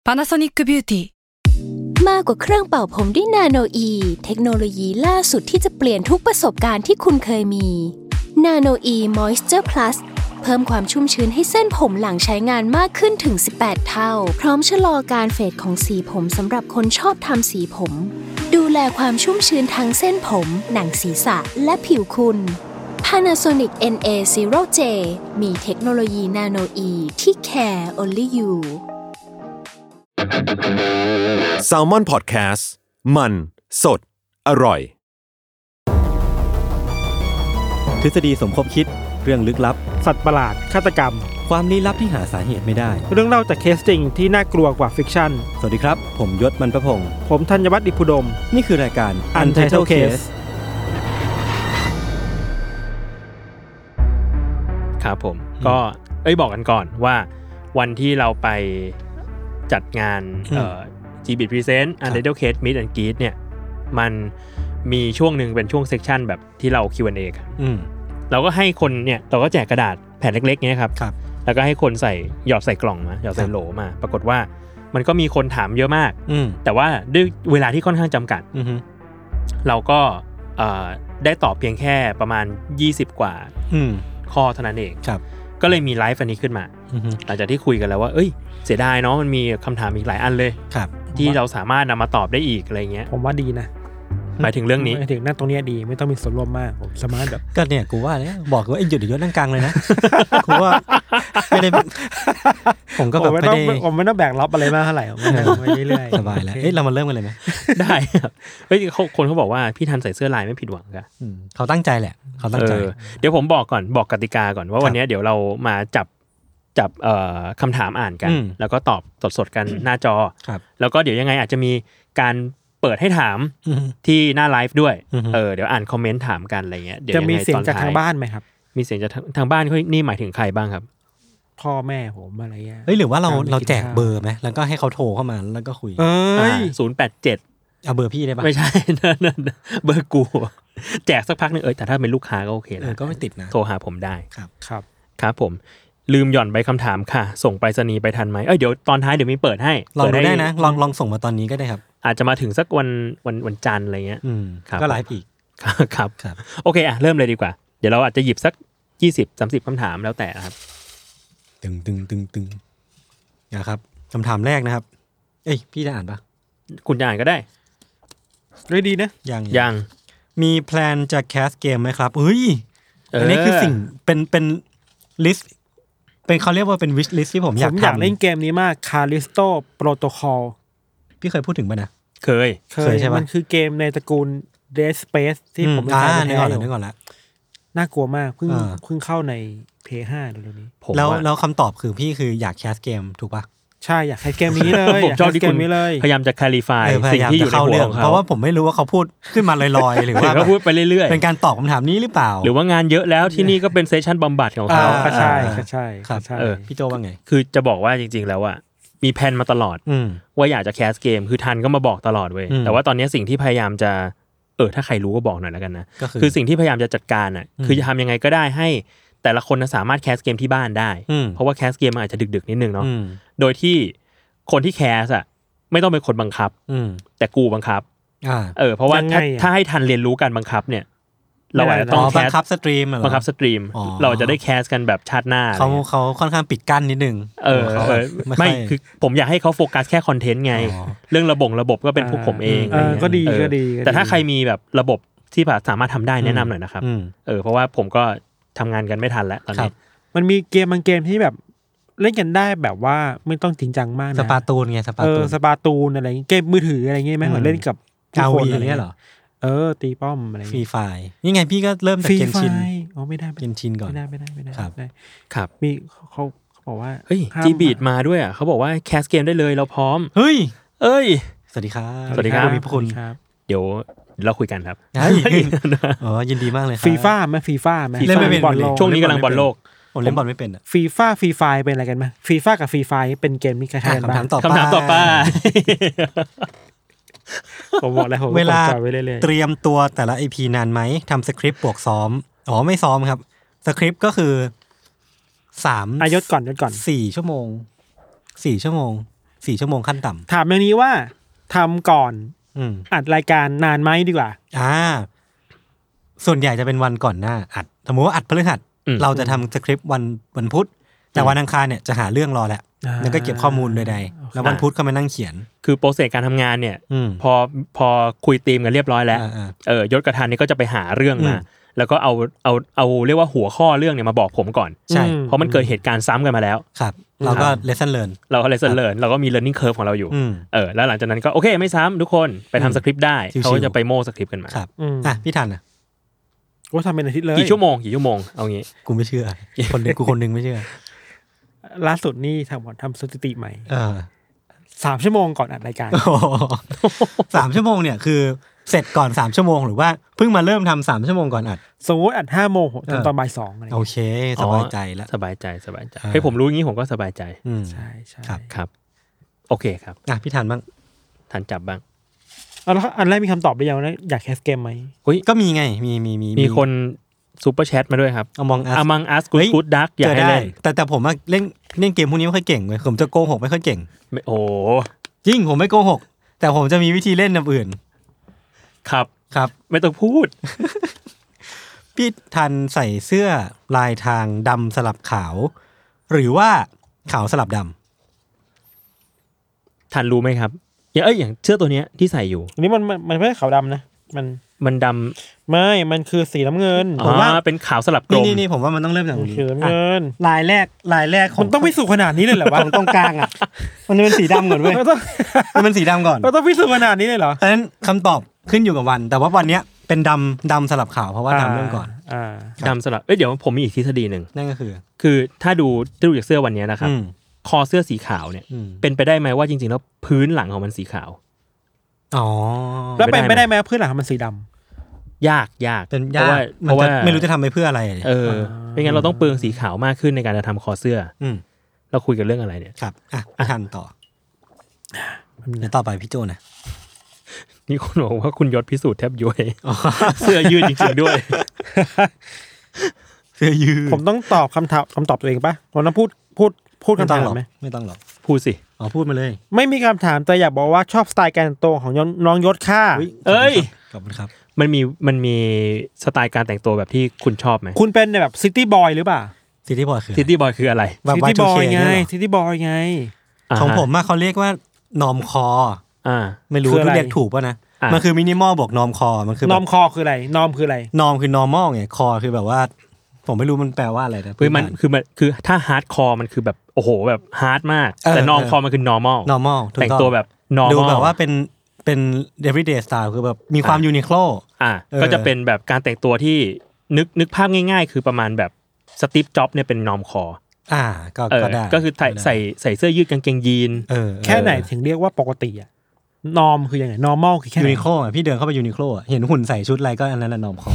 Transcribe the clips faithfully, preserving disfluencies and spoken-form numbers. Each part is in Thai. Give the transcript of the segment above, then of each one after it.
Panasonic Beauty มากกว่าเครื่องเป่าผมด้วยนาโนอีเทคโนโลยีล่าสุดที่จะเปลี่ยนทุกประสบการณ์ที่คุณเคยมีนาโนอีมอยส์เจอร์พลัสเพิ่มความชุ่มชื้นให้เส้นผมหลังใช้งานมากขึ้นถึงสิบแปดเท่าพร้อมชะลอการเฟดของสีผมสำหรับคนชอบทำสีผมดูแลความชุ่มชื้นทั้งเส้นผมหนังศีรษะและผิวคุณ Panasonic เอ็น เอ ศูนย์ เจ มีเทคโนโลยีนาโนอีที่ care only you Salmon Podcast มันสดอร่อยทฤษฎีสมคบคิดเรื่องลึกลับสัตว์ประหลาดฆาตกรรมความลี้ลับที่หาสาเหตุไม่ได้เรื่องเล่าจากเคสจริงที่น่ากลัวกว่าฟิกชั่นสวัสดีครับผมยศมันประพงษ์ผมธัญวัฒน์อิพุดมนี่คือรายการ Untitled Case ครับผมก็เอ้ยบอกกันก่อนว่าวันที่เราไปจัดงานเอ่อ จี บี Present Untitled Case Meet and Greet เนี่ยมันมีช่วงนึงเป็นช่วงเซกชันแบบที่เรา คิว แอนด์ เอ กันอืมเราก็ให้คนเนี่ยเราก็แจกกระดาษแผ่นเล็กๆเงี้ยครับครับแล้วก็ให้คนใส่หยอดใส่กล่องมาหยอดใส่โหลมาปรากฏว่ามันก็มีคนถามเยอะมากแต่ว่าด้วยเวลาที่ค่อนข้างจำกัดเราก็เอ่อได้ตอบเพียงแค่ประมาณยี่สิบกว่าข้อเท่านั้นเองก็เลยมีไลฟ์อันนี้ขึ้นมาหลังจากที่คุยกันแล้วว่าเอ้ยเสียดายเนาะมันมีคำถามอีกหลายอันเลยที่เราสามารถนำมาตอบได้อีกอะไรเงี้ยผมว่าดีนะหมายถึงเรื่องนี้หมายถึงนั่งตรงนี้ดีไม่ต้องมีส่วนร่วมมากผมสามารถแบบก็เนี่ยกูว่าเนี่ยบอกว่าไอ้หยุดหยุดนั่งกลางเลยนะกูว่าไม่ได้ผมก็แบบไม่ได้ผมไม่ต้องแบกรับอะไรมากเท่าไหร่ผมไปเรื่อยๆสบายแล้วเอ้ยเรามาเริ่มกันเลยมั้ยได้ครับเฮ้ยคนเขาบอกว่าพี่ทันใส่เสื้อลายไม่ผิดหวังค่ะเขาตั้งใจแหละเขาตั้งใจเดี๋ยวผมบอกก่อนบอกกติกาก่อนว่าวันนี้เดี๋ยวเรามาจับจับเอ่อคำถามอ่านกันแล้วก็ตอบสดๆกันหน้าจอแล้วก็เดี๋ยวยังไงอาจจะมีการเปิดให้ถามที่หน้าไลฟ์ด้วยเออเดี๋ยวอ่านคอมเมนต์ถามกันอะไรเงี้ยเดี๋ยวจะมีเสียงจากทางบ้านไหมครับมีเสียงจากทางบ้านเขานี่หมายถึงใครบ้างครับพ่อแม่ผมอะไรเงี้ยเฮ้ยหรือว่าเราเราแจกเบอร์ไหมแล้วก็ให้เขาโทรเข้ามาแล้วก็คุยเอ้ยศูนย์แปดเจ็ดเอาเบอร์พี่ได้ป่ะไม่ใช่นั่นเบอร์กูแจกสักพักนึงเออแต่ถ้าเป็นลูกค้าก็โอเคนะก็ไม่ติดนะโทรหาผมได้ครับครับครับผมลืมหย่อนใบคำถามค่ะส่งไปรษณีย์ไปทันไหมเอ้ยเดี๋ยวตอนท้ายเดี๋ยวมีเปิดให้ลองดูได้นะลองลองส่งมาตอนนี้ก็ได้ครับอาจจะมาถึงสักวันวันวันจันทร์อะไรเงี้ยก็ไลฟ์อีกครับครับโอเคอ่ะเริ่มเลยดีกว่าเดี๋ยวเราอาจจะหยิบสักยี่สิบ สามสิบคำถามแล้วแต่ครับตึงตึงตึงตึงนะครับคำถามแรกนะครับเอ้ยพี่จะอ่านปะคุณจะอ่านก็ได้เลยดีนะยังยังมีแพลนจะแคสเกมไหมครับเฮ้ยอันนี้คือสิ่งเป็นเป็นลิสต์เป็นเขาเรียกว่าเป็นวิชลิสต์ที่ผมอยากทำผมอยากเล่นเกมนี้มาก Callisto Protocol พี่เคยพูดถึงป่ะนะเคยเคยใช่มั้ยมันคือเกมในตระกูล Dead Space ที่ผมอ่านึกออกแล้วนึกออกแล้วน่ากลัวมากเพิ่งเพิ่งเข้าใน พี เอส ห้า เดี๋ยวนี้แล้วแล้วคำตอบคือพี่คืออยากแคสเกมถูกป่ะใช่อยากให้เกมนี้เลยผมชอบที่คุณพยายามจะ clarify สิ่งที่อยู่ในหัวของเขาเพราะว่าผมไม่รู้ว่าเขาพูดขึ้นมาลอยๆหรือว่าเขาพูดไปเรื่อยๆเป็นการตอบคำถามนี้หรือเปล่าหรือว่างานเยอะแล้วที่นี่ก็เป็นเซสชั่นบำบัดของเขาก็ใช่ก็ใช่ครับเออพี่โจว่าไงคือจะบอกว่าจริงๆแล้วอ่ะมีแผนมาตลอดว่าอยากจะแคสเกมคือทันก็มาบอกตลอดเว้ยแต่ว่าตอนนี้สิ่งที่พยายามจะเออถ้าใครรู้ก็บอกหน่อยแล้วกันนะคือสิ่งที่พยายามจะจัดการอ่ะคือจะทำยังไงก็ได้ให้แต่ละคนสามารถแคสเกมที่บ้านได้เพราะว่าแคสเกมมันอาจจะดึกๆนิดนึงเนาะโดยที่คนที่แคสอ่ะไม่ต้องเป็นคนบังคับแต่กูบังคับเออเพราะว่าถ้าถ้าให้ทันเรียนรู้การบังคับเนี่ยเราอาจจะต้องบังคับสตรีมบังคับสตรีมเราจะได้แคสกันแบบชาติหน้าเขาเขาค่อนข้างปิดกั้นนิดนึงเออไม่คือผมอยากให้เขาโฟกัสแค่คอนเทนต์ไงเรื่องระบบระบบก็เป็นพวกผมเองก็ดีก็ดีแต่ถ้าใครมีแบบระบบที่แบบสามารถทำได้แนะนำหน่อยนะครับเออเพราะว่าผมก็ทำงานกันไม่ทันแล้วตอนนี้มันมีเกมบางเกมที่แบบเล่นกันได้แบบว่าไม่ต้องจริงจังมากนะสปาตูนไงสปาตูนสปาตูนอะไรเกมมือถืออะไรเงี้ยมั้ยเหมือนเล่นกับทุกคนอะไรเงี้ยเหรอเออตีป้อมอะไรฟรีไฟนี่ไงพี่ก็เริ่มจากเกนชินอ๋อไม่ได้เกนชินก่อนไม่ได้ไม่ได้ไม่ได้ครับครับมีเขาเขาบอกว่าเฮ้ยจีบีดมาด้วยอ่ะเขาบอกว่าแคสเกมได้เลยเราพร้อมเฮ้ยเอ้ยสวัสดีครับสวัสดีครับมีคุณเดี๋ยวเราคุยกันครับอ๋อยินดีมากเลยครับฟีฟ่ามั้ยฟีฟ่ามั้ยเล่นไม่เป็นช่วงนี้กำลังบอลโลกผมเล่นบอลไม่เป็นอ่ะฟีฟ่าฟรีไฟเป็นอะไรกันมั้ยฟีฟ่ากับฟรีไฟเป็นเกมที่คล้ายๆกันบ้างคำถามต่อไปผมบอกแล้วผมเวลาเตรียมตัวแต่ละ อี พี นานไหมทำสคริปต์บวกซ้อมอ๋อไม่ซ้อมครับสคริปต์ก็คือสามอายศก่อนยศก่อนสี่ชั่วโมงสี่ชั่วโมงสี่ชั่วโมงขั้นต่ำถามอย่างนี้ว่าทำก่อนอืมอัดรายการนานไหมดีกว่าอ่าส่วนใหญ่จะเป็นวันก่อนหน้าอัดสมมติว่าอัดพฤหัสอืมเราจะทำสคริปต์วันวันพุธแต่วันอังคารเนี่ยจะหาเรื่องรอแหละอ่าแล้วก็เก็บข้อมูลใดๆแล้ววันพุธก็มานั่งเขียนคือโปรเซสการทำงานเนี่ยอืมพอพอคุยธีมกันเรียบร้อยแล้วอ่าเออยศกระทันนี่ก็จะไปหาเรื่องมาอืมแล้วก็เอาเอาเอาเรียกว่าหัวข้อเรื่องเนี่ยมาบอกผมก่อนใช่อืมเพราะมันเกิดเหตุการณ์ซ้ำกันมาแล้วครับเราก็ lesson learn เราก็เลยเลิร์นเราก็มี learning curve ของเราอยู่อืมเออแล้วหลังจากนั้นก็โอเคไม่ซ้ำทุกคนไปอืมทำสคริปต์ได้ชิวๆเขาก็จะไปโม่สคริปต์กันมาครับอืมอ่ะพี่ทันอ่ะว่าทำเป็นอาทิตย์เลยกี่ชั่วโมงกี่ชั่วโมงเอางี้กูไม่เชื่อ คนหนึงกูคนหนึงไม่เชื่อล่าสุดนี่ทำก่อนทำสถิติใหม่เออสามชั่วโมงก่อนอัดรายการโอ้โหสามชั่วโมงเนี่ยคือเสร็จก่อนสามชั่วโมงหรือว่าเพิ่งมาเริ่มทำสามชั่วโมงก่อนอัดสมมติอัดห้าโมงผมเออทำตอนบ่ายสองอะไรโอเงี้ยเคสบายใจแล้วสบายใจสบายใจอ่าเฮ้ยผมรู้อย่างนี้ผมก็สบายใจอืมใช่ใช่ครับครับ โอเคครับอ่ะพี่ทันบ้างทันจับบ้างเอาแล้วอันแรกมีคำตอบหรือยังว่าอยากแคสเกมไหมก็มีไงมีมีมีมีคนซูเปอร์แชทมาด้วยครับเอามองอัส Among Us เฮ้ Good ย Good Dark อยากให้เล่นแต่แต่ผมว่าเล่นเล่นเกมพวกนี้ไม่ค่อยเก่งเลยผมจะโกหกไม่ค่อยเก่งไม่โอ้จริงผมไม่โกหก แต่ผมจะมีวิธีเล่นแบบอื่นครับครับไม่ต้องพูดพี่ทันใส่เสื้อลายทางดำสลับขาว หรือว่าขาวสลับดำทันรู้ไหมครับอย่างเอ้ยอย่างเสื้อตัวเนี้ยที่ใส่อยู่อันนี้มันมันมันไม่ใช่ขาวดำนะมันมันดไม่ มันคือสีน้ำเงินำผมว่าอ๋อเป็นขาวสลับกลนี่มนี่นี่ผมว่ามันต้องเริ่มจากตมัรนงนี้คือน้ำอ่ะเงินลายแรกลายแรกขอมังนต้องพิสูจน์ขนาดนี้เลยเหรอวะของตรงกลางอ่ะ มันเป็นสีดำก่อนเว้ยมันต้องมันเป็นสีดำก่อนมันต้องพิสูจน์ขนาดนี้เลยเหรอเพราะฉะนั้นคำตอบขึ้นอยู่กับวัน แต่ว่าวันเนี้ยเป็นดำดำสลับขาวเพราะว่าทำเรื่องก่อนอ่าดำสลับเอ้ยเดี๋ยวผมมีอีกทฤษฎีหนึ่งนั่นก็คือคือถ้าดูถ้าดูจากเสื้อวันเนี้ยนะครับอืมคอเสื้อสีขาวเนี่ยอืมเป็นไปได้ไหมว่าจริงๆแล้วพื้นหลังของมันสีขาวอ๋อแล้วเป็นไม่ไม่ได้ได้ไหไหมมเพื่อนหลังมันสีดำยากยากเป็นเพยาราะกว่ามัเพราะนว่าจะไม่รู้จะทำไปเพื่ออะไรเออไม่งั้นเราต้องเปลืองสีขาวมากขึ้นในการจะทำคอเสื้ออืมเราคุยกันเรื่องอะไรเนี่ยครับอ่ะพี่ทันต่อเดี๋ยวต่อไปพี่โจนะนี่คุณบอกว่าคุณยศพิสูจน์แทบย้วย เสื้อยืดจริงๆด้วยเสื้อยืดผมต้องตอบคำถามคำตอบตัวเองปะผมต้องพูดพูดพูดไม่คำต้อถางหรมอกไหมไม่ต้องหรอกพูดสิอ๋อพูดมาเลยไม่มีคำถามแต่อยากบอกว่าชอบสไตล์การแต่งตัวของน้องยศค่ะเอ้ยขอบคุณครับมันมีมันมีสไตล์การแต่งตัวแบบที่คุณชอบไหมคุณเป็นแบบซิตี้บอยหรือเปล่าซิตี้บอยคือซิตี้บอยคืออะไรแบบซิวายตี้ทูบอเคยไงเนี่ยเหรอซิตี้บอยไงของาฮะผมอะเขาเรียกว่านอมคออ่าไม่รู้คืออะไรเรียกถูกป่ะนะอ่ะมันคือมินิมอลบวกนอมคอมันคือแบนอบ มคอคืออะไรนอมคืออะไรนอมคือ normal ไงคอคือแบบว่า ผมไม่รู้มันแปลว่าอะไรนะคือมันคือมันคือถ้าฮาร์ดคอร์มันคือแบบโอ้โหแบบฮาร์ดมากเออแต่นอมเออคอมันคือ normal normal ถูกแต่งต้องตัวแบบ normal ดูแบบว่าเป็นเป็น everyday style คือแบบมีความยูนิโคลอ่าเออก็จะเป็นแบบการแต่งตัวที่นึกนึกภาพง่ายๆ คือประมาณแบบสตีฟจ็อบเนี่ยเป็นนอมคออ่าก็เออก็ได้ก็คือใส่ใส่ใส่เสื้อยืดกางเกงยีนเออแค่ไหนถึงเรียกว่าปกติอะนอมคือยังไง normal คือแค่ไหยูนนิโคลอ่ะพี่เดินเข้าไปยูนิโคลอ่ะเห็นหุ่นใส่ชุดอะไรก็อันนั้นนอมคอ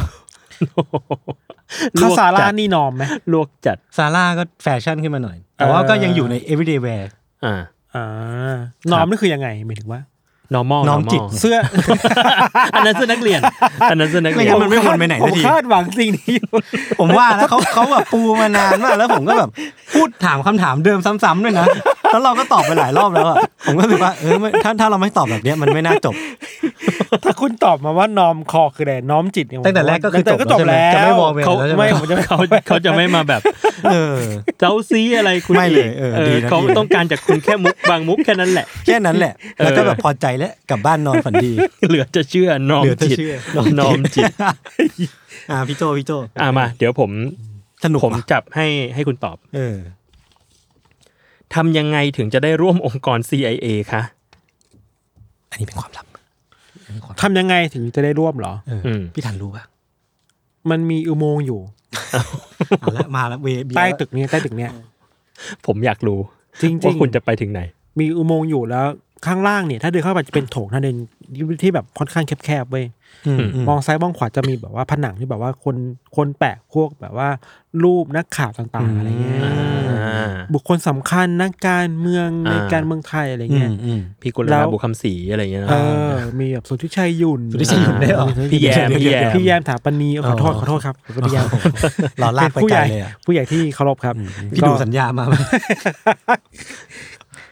ข้าวสาลวกจัราดนี่นอมไหมลวกจัดซาร่าก็แฟชั่นขึ้นมาหน่อย แต่ว่าเออก็ยังอยู่ใน everyday wear อ่าอ่านอมนี่คือยังไงหมายถึงว่า normal น้อมจิต normal เสื้ออันนั้นเสื้อนักเรียน อันนั้นเสื้อนักไม่เรียนงั้นมันไม่วนไปไหนผสัมกทีคาดหวังสิ่งนี้อยู่ผมว่าแล้วเขาเขาแบบปูมานานมากแล้วผมก็แบบพูดถามคำถามเดิมซ้ำๆด้วยนะแล้วเราก็ตอบไปหลายรอบแล้วอ่ะผมก็รู้สึกว่าเออไม่ถ้าถ้าเราไม่ตอบแบบเนี้ยมันไม่น่าจบถ้าคุณตอบมาว่านอมคอคืออะไรน้อมจิตเนี่ยตั้งแต่แรกก็คือตั้งแต่ก็จบจบแล้แล้วจะไม่วอลเวเขาแล้วใช่ไหมไม่ผมจะไม่เขาเขาจะไม่มาแบบเออเจ้าซีอะไรคุณไม่เลยเออดีนะเขาดีนะต้องการจากคุณแค่มุกบางมุกแค่นั้นแหละแค่นั้นแหละแล้วก็แบบพอใจแล้วกลับบ้านนอนฝันดีเหลือจะเชื่อนอมเหลือจะจิตเชื่อนนอมจิตอ่าพี่โจพี่โจอ่ามา เดี๋ยวผมสนุกผมว่ะจับให้ให้คุณตอบเออทำยังไงถึงจะได้ร่วมองค์กร ซี ไอ เอ คะอันนี้เป็นความลับอันนี้ความลับทำยังไงถึงจะได้ร่วมเหรอเอออืมพี่ทันรู้ป่ะมันมีอุโมงค์อยู่เอาละมาแล้วเวเบียร์ใต้ตึกเนี้ยใต้ตึกเนี้ยผมอยากรู้จริงว่าๆคุณจะไปถึงไหนมีอุโมงค์อยู่แล้วข้างล่างเนี่ยถ้าเดินเข้าไปจะเป็นโถงทางเดินที่แบบค่อนข้างแคบๆเว้ยอืมอืมมองซ้ายมองขวาจะมีแบบว่าผนังที่แบบว่าคนคนแปะพวกแบบว่ารูปนักข่าวต่างๆอะไรเงี้ยอ่าบุคคลสำคัญนักการเมืองในอ่าการเมืองไทยอะไรอืเงี้ยมอืมพี่กุลแล้นาว บุคคำศรีอะไรอย่างเงี้ยนะเออมีแบบสุทธิชัยหยุ่นสุทธิชัยหยุ่นได้เหรอพี่แยมพี่แยมพี่แยมถาปณีขอโทษขอโทษครับพี่แยมเราลากไปผู้ไกใหลญ่เลยอ่ะผู้ใหญ่ที่เคารพครับพี่ดูสัญญามาไหม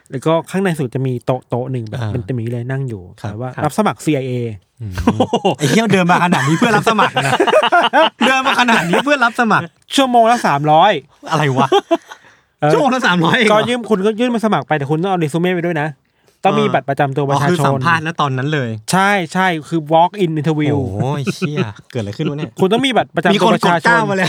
แล้วก็ข้างในสุดจะมีโต๊ะโต๊ะหนึ่งแบบอ่าเป็นตะมีเลยนั่งอยู่ครับแต่ว่ารับสมัคร ซี ไอ เอไอ้เหี้ยเดินมาขนาดนี้เพื่อรับสมัครนะ เดินมาขนาดนี้เพื่อรับสมัครชั่วโมงละสามร้อยอะไรวะชั่วโมงละสามร้อยเองเหรก็อยื่นคุณก็ยื่นมาสมัครไปแต่คุณต้องเอาเรซูเม่ไปด้วยนะต้องมีบัตรประจำตัวประชาอ๋อคือชสันมภาษณ์แล้วตอนนั้นเลยใช่ใช่คือ walk in interview โอ้ยเชี่ยเกิดอะไรขึ้นวะเนี่ยคุณต้องมีบัตรประจำมีตัคว นประกดชาชเก้าน มาเลย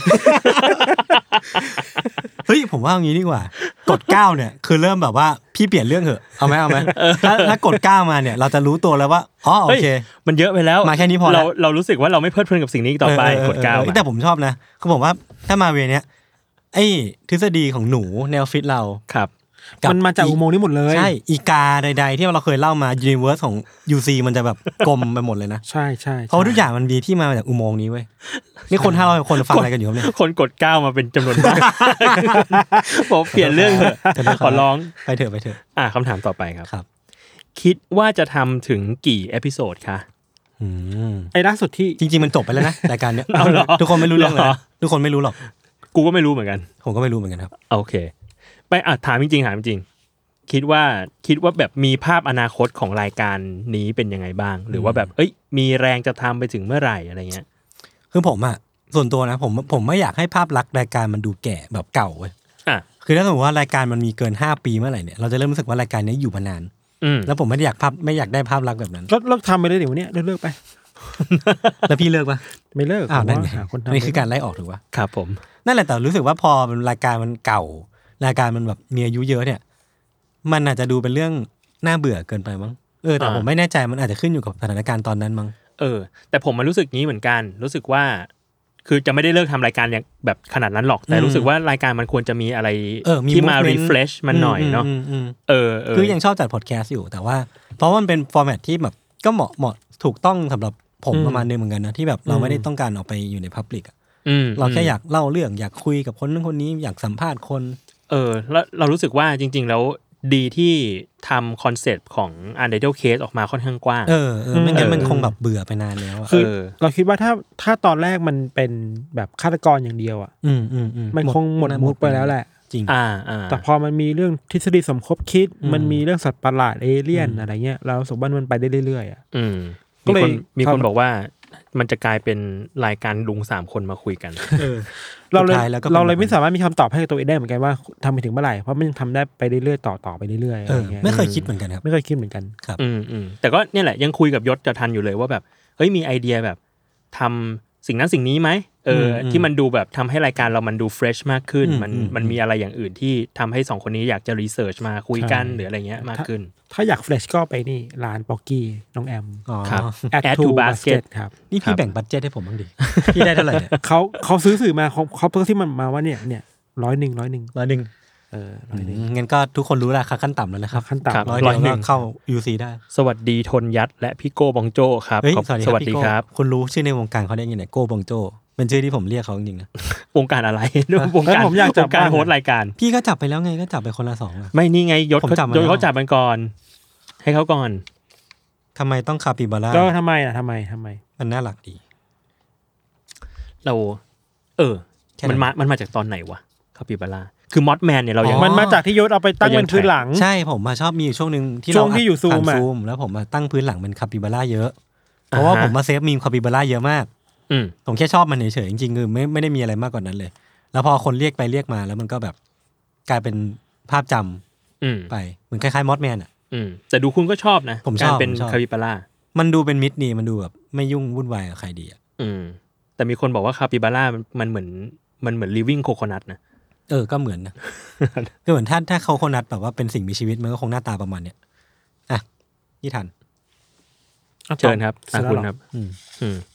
เฮ้ยผมว่าอย่างนี้ดีกว่า กดเก้าเนี่ยคือเริ่มแบบว่าพี่เปลี่ยนเรื่องเหอะเอาไหมเอาไหมถ้าถ้ากดเก้ามาเนี่ยเราจะรู้ตัวแล้วว่าอ๋อโอเฮ้ยเคมันเยอะไปแล้วมาแค่นี้พอแล้วเราเรารู้สึกว่าเราไม่เพลิดเพลินกับสิ่งนี้อีกต่อไปเเเกดเก้าเออแต่ผมชอบนะคือผมว่าถ้ามาเวเนี้ยไอ้ทฤษฎีของหนูแนวฟิตเราครับกับมันมาจากอุโมงค์นี้หมดเลยใช่อีกาใดๆที่เราเคยเล่ามายูนิเวิร์สของ ยู ซี มันจะแบบกลมไปหมดเลยนะใช่ใช่เพราะทุกอย่างมันมีที่มาจากอุโมงค์นี้เว้ยนี่คนห้าร้อยคนฟังอะไรกันอยู่ครับเนี่ยคนกดเก้ามาเป็นจำนวนมากผมเปลี่ยนเรื่องเถอะขอร้องไปเถอะไปเถอะอ่ะคำถามต่อไปครับครับคิดว่าจะทำถึงกี่เอพิโซดคะอืมไอ้ล่าสุดที่จริงๆมันจบไปแล้วนะรายการเนี้ยเอาเหรอทุกคนไม่รู้เรื่องเลยเหรอนะทุกคนไม่รู้หรอกกูก็ไม่รู้เหมือนกันผมก็ไม่รู้เหมือนกันครับโอเค ไปอ่ะถามจริงๆถามจริงคิดว่าคิดว่าแบบมีภาพอนาคตของรายการนี้เป็นยังไงบ้าง หรือว่าแบบเอ้ยมีแรงจะทำไปถึงเมื่อไหร่อะไรเงี้ยคือผมอ่ะส่วนตัวนะผมผมไม่อยากให้ภาพลักษณ์รายการมันดูแก่แบบเก่าเว้ยอ่ะคือถ้าสมมติว่ารายการมันมีเกินห้าปีเมื่อไหร่เนี่ยเราจะเริ่มรู้สึกว่ารายการนี้อยู่มานานอืมแล้วผมไม่ได้อยากภาพไม่อยากได้ภาพลักษณ์แบบนั้นก็เลิกทำไปเลยเดี๋ยวนี้เลิกเลิกไปแล้วพี่เลิกปะไม่เลิกอ้าวผมนั่นว่าไงหาคนทำนี่คือการไล่ออกถูกปะครับผมนั่นแหละแต่รู้สึกว่าพอเป็นรายการมันเก่ารายการมันแบบมีอายุเยอะเนี่ยมันอาจจะดูเป็นเรื่องน่าเบื่อเกินไปมั้งเออแต่ผมไม่แน่ใจมันอาจจะขึ้นอยู่กับสถานการณ์ตอนนั้นมั้งเออ แต่ผมมันรู้สึกงี้เหมือนกัน รู้สึกว่า คือจะไม่ได้เลิกทำรายการอย่างแบบขนาดนั้นหรอก แต่รู้สึกว่ารายการมันควรจะมีอะไรเออมีที่มา movement refresh มันหน่อยเนาะอืมอืมเออเออคือยังชอบจัดพอดแคสต์อยู่แต่ว่าเพราะว่ามันเป็นฟอร์แมตที่แบบก็เหมาะเหมาะถูกต้องสำหรับผมประมาณนึงเหมือนกันนะที่แบบเราไม่ได้ต้องการออกไปอยู่ในพับลิกอืมเราแค่อยากเล่าเรื่องอยากคุยกับคนนั้นคนนี้อยากสัมภาษณ์คนเออ แล้วเรารู้สึกว่าจริง ๆ แล้วดีที่ทำคอนเซ็ปต์ของ Untitled Case ออกมาค่อนข้างกว้างเออเออไม่งั้นเออมันคงแบบเบื่อไปนานแล้วอะคือเออเราคิดว่าถ้าถ้าตอนแรกมันเป็นแบบฆาตกรอย่างเดียวอ่ะอืมอืมอืมมันคงหมดมูดไปแล้วแหละจริงอ่าอ่าแต่พอมันมีเรื่องทฤษฎีสมคบคิดอืมมันมีเรื่องสัตว์ประหลาดเอเลี่ยนอะไรเงี้ยเราสมบัติมันไปได้เรื่อยๆอ่ะอืมก็มีเลยคนมีคนทำบอกว่ามันจะกลายเป็นรายการลุงสามคนมาคุยกันเออเราเลยสุดท้ายแล้วก็เป็นเราเลยไม่แบบนั้นสามารถมีคำตอบให้ตัวเองได้เหมือนกันว่าทำไปถึงเมื่อไหร่เพราะมันยังทำได้ไปเรื่อยๆต่อต่อไปเรื่อยๆเออะไรอเงี้ยไม่เคยคิดเหมือนกันครับไม่เคยคิดเหมือนกันอืมอืมแต่ก็เนี่ยแหละยังคุยกับยศจะทันอยู่เลยว่าแบบเฮ้ยมีไอเดียแบบทำสิ่งนั้นสิ่งนี้ไหมเอออมที่มันดูแบบทำให้รายการเรามันดูเฟรชมากขึ้นอืมมันอืมมันมีอะไรอย่างอื่นที่ทำให้สองคนนี้อยากจะรีเสิร์ชมาคุยกันใช่หรืออะไรเงี้ยมากขึ้นถ้าอยากเฟรชก็ไปนี่ร้านป๊อกกี้น้องแอมอ๋อครับ Add Add to to Basket Basket ครับนี่ครัพี่บแบ่งบัตเจ็ตให้ผมบ้างดิ พี่ได้เท่าไหร่เนี่ยเขาเขาซื้อสื่อมาเขาเขาเพิ่งที่มันมาว่าเนี่ยเนี่ยร้อยหนึ่งร้อยหนึ่งร้อยหนึ่งเออร้อยหนึ่งงั้นก็ทุกคนรู้ราคาขั้นต่ำแล้วนะครับขั้นครับต่ำร้อยร้เดีอยยวหนึ่ก็งเข้า ยู ซี ได้สวัสดีทนยัดและพี่โก้บองโจครับเฮ้ยขอบสวัสดีสวัสดีพี่โก้ครับคุณรู้ชื่อในวงการเขาได้ยังไงโก้บองโจเป็นชื่อที่ผมเรียกเขาจริงๆนะวงการอะไร วงเฮ้ยการผมอยากจับวงการบ้างโฮสต์รายการพี่ก็จับไปแล้วไงก็จับไปคนละสองอะไม่นี่ไงยศผมเขาจับมาโดยแล้วเขาจับมันก่อน ให้เขาก่อนทำไมต้องคาปิบาร่าก็ทำไมล่ะทำไมทำไมมันน่ารักดีเรา เออแค่นั้นมันมามันมาจากตอนไหนวะคาปิบาร่าคือมอสแมนเนี่ยเรายังอ๋อมันมาจากที่ยศเอาไปตั้งเป็นพื้นหลังใช่ผมมาชอบมีอยู่ช่วงหนึ่งที่ช่เราวงที่อยู่ซูมผ่านอะซูมแล้วผมมาตั้งพื้นหลังเป็นคาปิบาร่าเยอะเพราะว่าผมมาเซฟมีมคาปิบาร่าเยอะมากอืมผมแค่ชอบมันเฉยๆจริงๆคือไม่ไม่ได้มีอะไรมากกว่านั้นเลย แล้วพอคนเรียกไปเรียกมาแล้วมันก็แบบกลายเป็นภาพจำอืมไปเหมือนคล้ายๆมอสแมนอ่ะอืมแต่ดูคุณก็ชอบนะผมชอบการเป็นผมชอบคาปิบาร่ามันดูเป็นมิตรดีมันดูแบบไม่ยุ่งวุ่นวายกับใครดีอ่ะอืม แต่มีคนบอกว่าคาปิบาร่ามันมันเหมือนมันเหมือน living coconut นะเออก็เหมือนนะ ก็เหมือนถ้าถ้าเขาโคนัทแบบว่าเป็นสิ่งมีชีวิตมันก็คงหน้าตาประมาณเนี้ยอ่ะยี่ทันเชิญครับเสร็อ่ะจแล้วคุณเหรอครับอืมอืม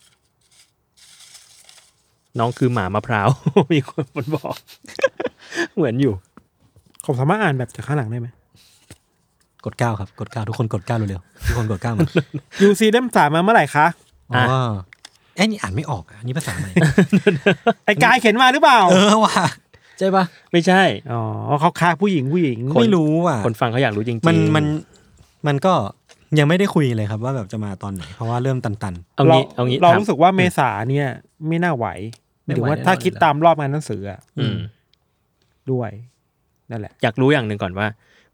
น้องคือหมามะพร้าว มีคนบอก เหมือนอยู่ผมสามารถอ่านแบบจากข้างหลังได้ไหมกดเก้าครับกดเก้าทุกคนกดเก้าเร็วๆทุกคนกดเก้ามายูซีเล่มสามมาเมื่อไหร่คะอ๋อเอ้ยนี่อ่านไม่ออกอ่ะนี่ภาษาอะไรไอ้กายเขียนมาหรือเปล่าเออว่ะใช่ปะไม่ใช่อ๋อเขาค้าผู้หญิงผู้หญิงคนไม่รู้อ่ะคนฟังเขาอยากรู้จริงๆมันมันมันก็ยังไม่ได้คุยเลยครับว่าแบบจะมาตอนไหนเพราะว่าเริ่มตันเอาเรางี้เอางี้เราถามรู้สึกว่าเมษาเนี่ยไม่น่าไหวหไม่มายไหวถึงว่าแน่นอนถ้าคิดตามรอบงานหนังสืออะอืมด้วยนั่นแหละอยากรู้อย่างหนึ่งก่อนว่า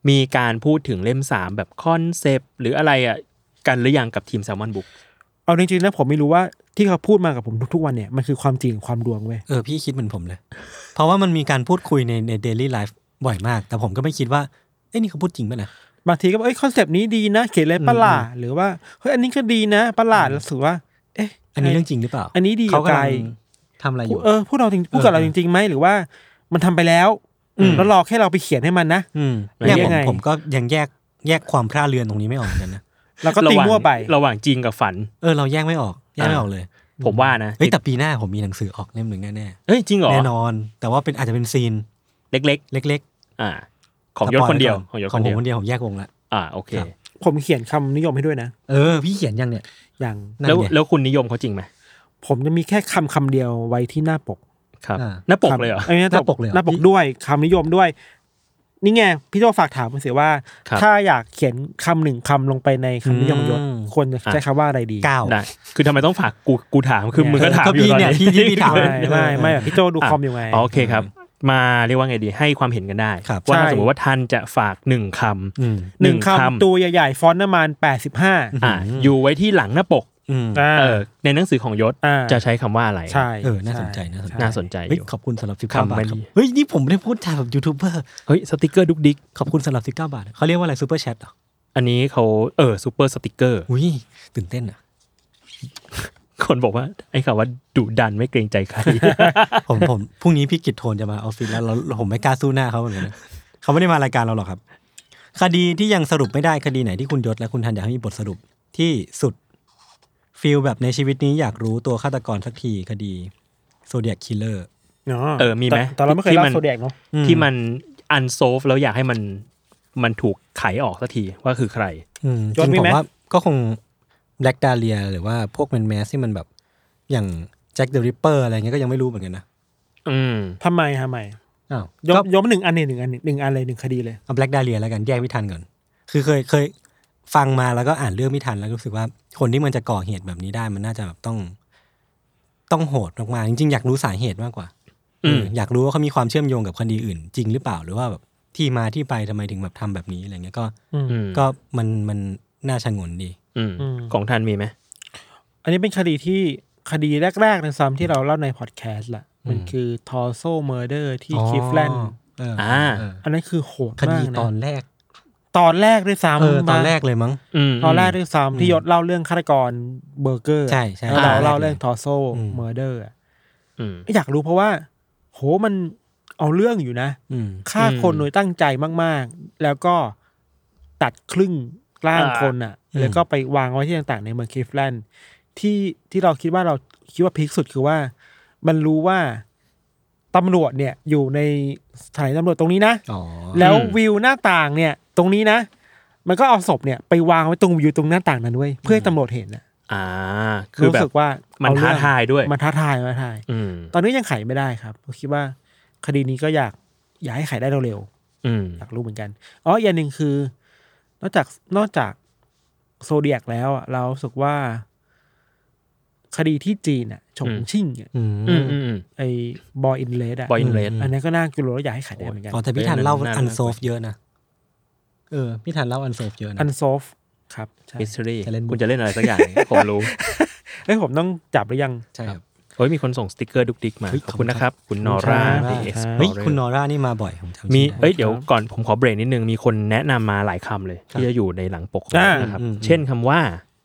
มีการพูดถึงเล่มสามแบบคอนเซปต์หรืออะไรอ่ะกันหรือยังกับทีม Salmon Book เอาจริงๆนะผมไม่รู้ว่าที่เขาพูดมากับผมทุกๆวันเนี่ยมันคือความจริงความดวงเว้ยเออพี่คิดเหมือนผมเลย เพราะว่ามันมีการพูดคุยในใน daily life บ่อยมาก แต่ผมก็ไม่คิดว่าเอ้ยนี่เขาพูดจริงป่ะนะบางทีก็บอกเอ้ยคอนเซปต์นี้ดีนะเขียนเลยประหลาดหรือว่าเฮ้ยอันนี้ก็ดีนะประหลาดแล้วรู้สึกว่าเอ๊ะอันนี้เรื่องจริงหรือเปล่าอันนี้ดีเขากกำลัว่างทำอะไรอยู่เออพูดเราจริงพูดกับเราจริงๆไหมหรือว่ามันทำไปแล้วแล้วรอแค่เราไปเขียนให้มันนะอืมหรือเนี่ยยัผมงไงผมก็ยังแยกแยกความพร่าเรือนตรงนี้ไม่ออกเหมือนกันนะแล้วก็ตีมั่วไประหว่างจริงกับฝันเออเราแยกไม่ออกแยกไม่ออกเลยผมว่านะเฮ้ยแต่ปีหน้าผมมีหนังสือออกเล่มหนึ่งแน่เฮ้ยจริงเหรๆอแน่นอน แต่ว่าเป็นอาจจะเป็นซีนเล็กเล็กๆอ่าๆของยศคนเดียวของยศของคนผเดีมยวคนเดียวผมแยกวงละอ่าโอเคครับผมเขียนคำนิยมให้ด้วยนะเออพี่เขียนยังเนี่ยอย่างนั่นแล้วไงแล้วคุณนิยมเขาจริงไหมผมจะมีแค่คำคำเดียวไว้ที่หน้าปกครับอ่าหน้าปกเลยเหรอไอ้หน้าหน้าปกเลยเหรอหน้าปกด้วยคำนิยมด้วย นี่ไงพี่โจฝากถามผมเสียว่าครับถ้าอยากเขียนคำหนึ่งคำลงไปในคำนิยมยศอืมควรจะใช้คำว่าอะไรดีเก้าได้คือทำไมต้องฝากกูกูถามคือมึงก็ถามก็อยู่พี่ตอนเนี่ยนี้ที่ที่พี่ถามไม่ไม่ไม่แบบพี่โจดูคอมอยู่ไงอ๋อโอเคครับ มาเรียกว่าไงดีให้ความเห็นกันได้ครับว่าถ้าใช่สมมติว่าท่านจะฝากหนึ่งคอืมำหนึ่งคำตัวใหญ่ๆฟอนต์ประมาณแปดสิบห้าอ่าอยู่ไว้ที่หลังหน้าปกอืมอ่าเออในหนังสือของยศอ่าจะใช้คำว่าอะไรใช่เออน่าสนใจน่าสนใจน่าสนใจอเฮ้ยยู่ขอบคุณสำหรับสิบเก้าคำบาทไม่ครับดีเฮ้ยนี่ผมได้พูดแทนแบบยูทูบเบอร์เฮ้ยสติกเกอร์ดุกดิกขอบคุณสำหรับสิบเก้าบาทเขาเรียกว่าอะไรซูเปอร์แชทเหรออันนี้เขาเออซูเปอร์สติกเกอร์อุ้ยตื่นเต้นอ่ะคนบอกว่าไอ้คำว่าดุดันไม่เกรงใจใครผมผมพรุ่งนี้พี่กิตโทนจะมาออฟฟิศแล้วเราผมไม่กล้าสู้หน้าเขาเหมือนกันนะเขาไม่ได้มารายการเราหรอกครับ คดีที่ยังสรุปไม่ได้คดีไหนที่คุณยศและคุณทันอยากให้มีบทสรุปที่สุดฟีลแบบในชีวิตนี้อยากรู้ตัวฆาตกรสักทีคดีโซเดีย k คิลเลอร์เออมีไหมแต่แต่เราไม่เคยที่เล่ามันโซเดียกเนาะที่มันอันโซฟแล้วอยากให้มันมันถูกไขออกสักทีว่าคือใครจยศริงมีผมไหมว่าก็คงแบล็กดาเลียหรือว่าพวกแมนแมสที่มันแบบอย่างแจ็คเดอะริปเปอร์อะไรเงี้ยก็ยังไม่รู้เหมือนกันนะอืมทำไมทำไมอ้าวยกก็ยกมาหนึ่งอันเนี่ยหนึ่งอันหนึ่งอันเลยหนึ่งคดีเลยเอาแบล็กดาเลียแล้วกันแยกไม่ทันก่อนคือเคยเคยฟังมาแล้วก็อ่านเรื่องไม่ทันแล้วรู้สึกว่าคนที่มันจะก่อเหตุแบบนี้ได้มันน่าจะแบบต้อง ต้องโหดมากๆจริงๆอยากรู้สาเหตุมากกว่าอืมเอออยากรู้ว่าเขามีความเชื่อมโยงกับคดีอื่น จริงหรือเปล่าหรือว่าแบบที่มาที่ไปทำไมถึงแบบทำแบบนี้อะไรเงี้ยก็อืมอืมก็มันมันน่าชงนดีอืมอืมของท่านมีไหมอันนี้เป็นคดีที่คดีแรกๆในซ้ำที่เราเล่าในพอดแคสต์แหละมันคือทอร์โซเมอร์เดอร์ที่คิฟแลนด์เอออ่าเอออันนั้นคือโหดคมาดีกนะตอนแรกตอนแรกด้วยซ้ำเออตอนปะแรกเลยมั้งอืมตอนแรกด้วยซ้ำที่ยศเล่าเรื่องฆาตกรเบอร์เกอร์ใช่ใช่แล้วเราอ่าเล่าเรื่องทอร์โซอืมเมอร์เดอร์อืมอยากรู้เพราะว่า โหมันเอาเรื่องอยู่นะอืมฆ่าคนอืมโดยตั้งใจมากๆ แล้วก็ตัดครึ่งร่างคนอ่ะอืมแล้วก็ไปวางไว้ที่ต่างๆในเมืองคลิฟแลนด์ที่ที่เราคิดว่าเราคิดว่าพีคสุดคือว่า มันรู้ว่าตำรวจเนี่ยอยู่ในสถานีตำรวจตรงนี้นะอ๋อแล้ววิวหน้าต่างเนี่ย ตรงนี้นะ มันก็เอาศพเนี่ยไปวางไว้ตรงวิวตรงหน้าต่างนั้นเว้ยเพื่อให้ตำรวจเห็นนะอ่า คือแบรู้บสึกว่ามันเอเรื่องท้าทายด้วยมันท้าทายมันท้าทายอืมตอนนี้ยังไขไม่ได้ครับผมคิดว่าคดีนี้ก็อยากอยากให้ไขได้เร็วอืมๆอยากรู้เหมือนกันอ๋ออย่างหนึ่งคือ นอกจากนอกจากโซเดียกแล้วอ่ะเรารู้สึกว่า คดีที่จีนอ่ะฉงชิ่งอ่ะอืมอืมอืมอืมไอ้บอยอินเลสอ่ะ Boy in Red อันนี้นก็น่ากลัวแล้วอยากให้ไขได้เหมือนกันอ๋อแต่พี่ทันเล่าน่าอันน่าโซฟเยอะนะเออพี่ทันเล่าอันโซฟเยอะนะอันโซฟครับใช่มิสทรีจะเล่นคุณจะเล่นอะไรสักอย่าง ผมรู้เอ้ยผมต้องจับหรือยังใช่ครับเฮ้ยมีคนส่งสติกเกอร์ดุกดิกมาเฮ้ยขอบคุณขอบคุณนะครับ คุณนอร่าขอบคุณครับ The Explorer เฮ้ยคุณนอร่านี่มาบ่อยผมจำมีชื่อได้เอ้ยเดี๋ยวก่อนผมขอเบรกนิดนึงมีคนแนะนำมาหลายคำเลยครับที่จะอยู่ในหลังปกของอ่าเรานะครับอืมเช่นคำว่า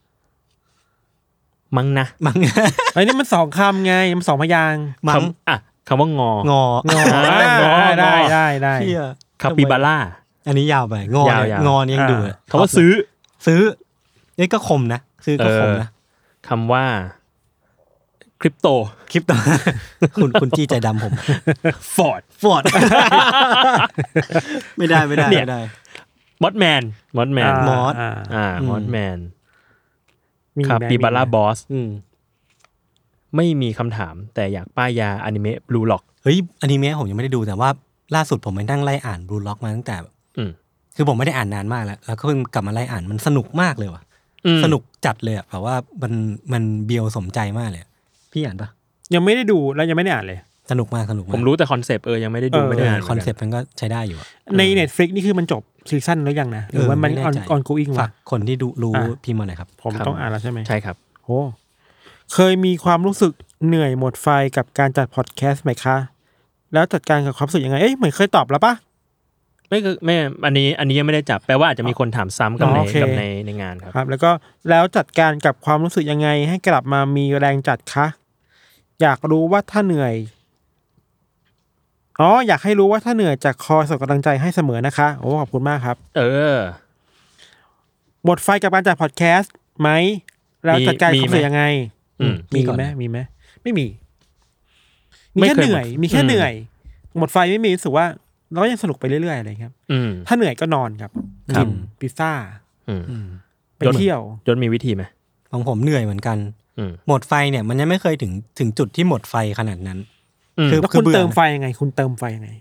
มั้งนะมั้งไอ้นี่มันสองคำไงมันสองพยางค์มั้งคำอ่ะคำว่างององออ่าได้ได้ได้ได้เชี่ยคาปิบาร่าอันนี้ยาวไปงอเนี่ยยาวๆงอนี่ยังดูเลยคำว่าซื้อซื้อเอ้ยก็คมนะซื้อก็คมนะคำว่าคริปโตคลิปต่อ คุณคุณจี้ใจดำผมฟอร์ดฟอร์ด ไม่ได้ไม่ได้เนี่ยไม่ได้มอสแมนมอสแมนมอสอ่าอ่าอืมมอสแมนมีคาไหมปิบาร่ามีไหมบอสอืมไม่มีคำถามแต่อยากป้ายยาอนิเมะบลูล็อกเฮ้ยอนิเมะผมยังไม่ได้ดูแต่ว่าล่าสุดผมไปนั่งไล่อ่านบลูล็อกมาตั้งแต่แบบอืมคือผมไม่ได้อ่านนานมากแล้วแล้วก็เพิ่งกลับมาไล่อ่านมันสนุกมากเลยว่ะอืมสนุกจัดเลยอ่ะแบบว่ามันมันเบียวสมใจมากเลยอะพี่อ่านปะยังไม่ได้ดูแล้วยังไม่ได้อ่านเลยสนุกมากสนุกมากผมรู้แต่คอนเซปต์เออยังไม่ได้ดูไม่ได้อ่านคอนเซปต์มันก็ใช้ได้อยู่อะใน Netflix นี่คือมันจบซีซั่นแล้วยังนะหรือว่ามันไแ on ongoing ฝากวะคนที่ดูรู้อ่ะพิมพ์มาหน่อยครับผมต้องอ่านแล้วใช่ไหมใช่ครับโอ้เคยมีความรู้สึกเหนื่อยหมดไฟกับการจัดพอดแคสต์ไหมคะแล้วจัดการกับความรู้สึกยังไงเอ้ยเหมือนเคยตอบแล้วปะไม่คือไม่อันนี้อันนี้ยังไม่ได้จับแปลว่าอาจจะมีคนถามซ้ำกับอ๋อในโอเคกับในในงานครับครับ แล้วก็แล้วจัดการกับความรู้สึกยังไงให้กลับมามีแรงจัดคะอยากรู้ว่าถ้าเหนื่อยอ๋ออยากให้รู้ว่าถ้าเหนื่อยจะคอยส่งกำลังใจให้เสมอนะคะโอ้ขอบคุณมากครับเออหมดไฟกับการจัดพอดแคสต์ไหมแล้วจัดการมีความรู้สึกยังไงอืมมีก่อนไหมมีไหมไม่มี มีไม่แค่เคยเหนื่อยหมดมีแค่อืมเหนื่อย หมดไฟไม่มีรู้สึกว่าเราก็ยังสนุกไปเรื่อยๆอะไรครับอืมถ้าเหนื่อยก็นอนครับครักิบนพิซซ่าอืมอืมไปเที่ยวยศมีวิธีไหมของผมเหนื่อยเหมือนกันอืมหมดไฟเนี่ยมันยังไม่เคยถึงถึงจุดที่หมดไฟขนาดนั้นอืมคือแล้วคุณบื่อเติมไฟยังไง คุณเติมไฟยังไง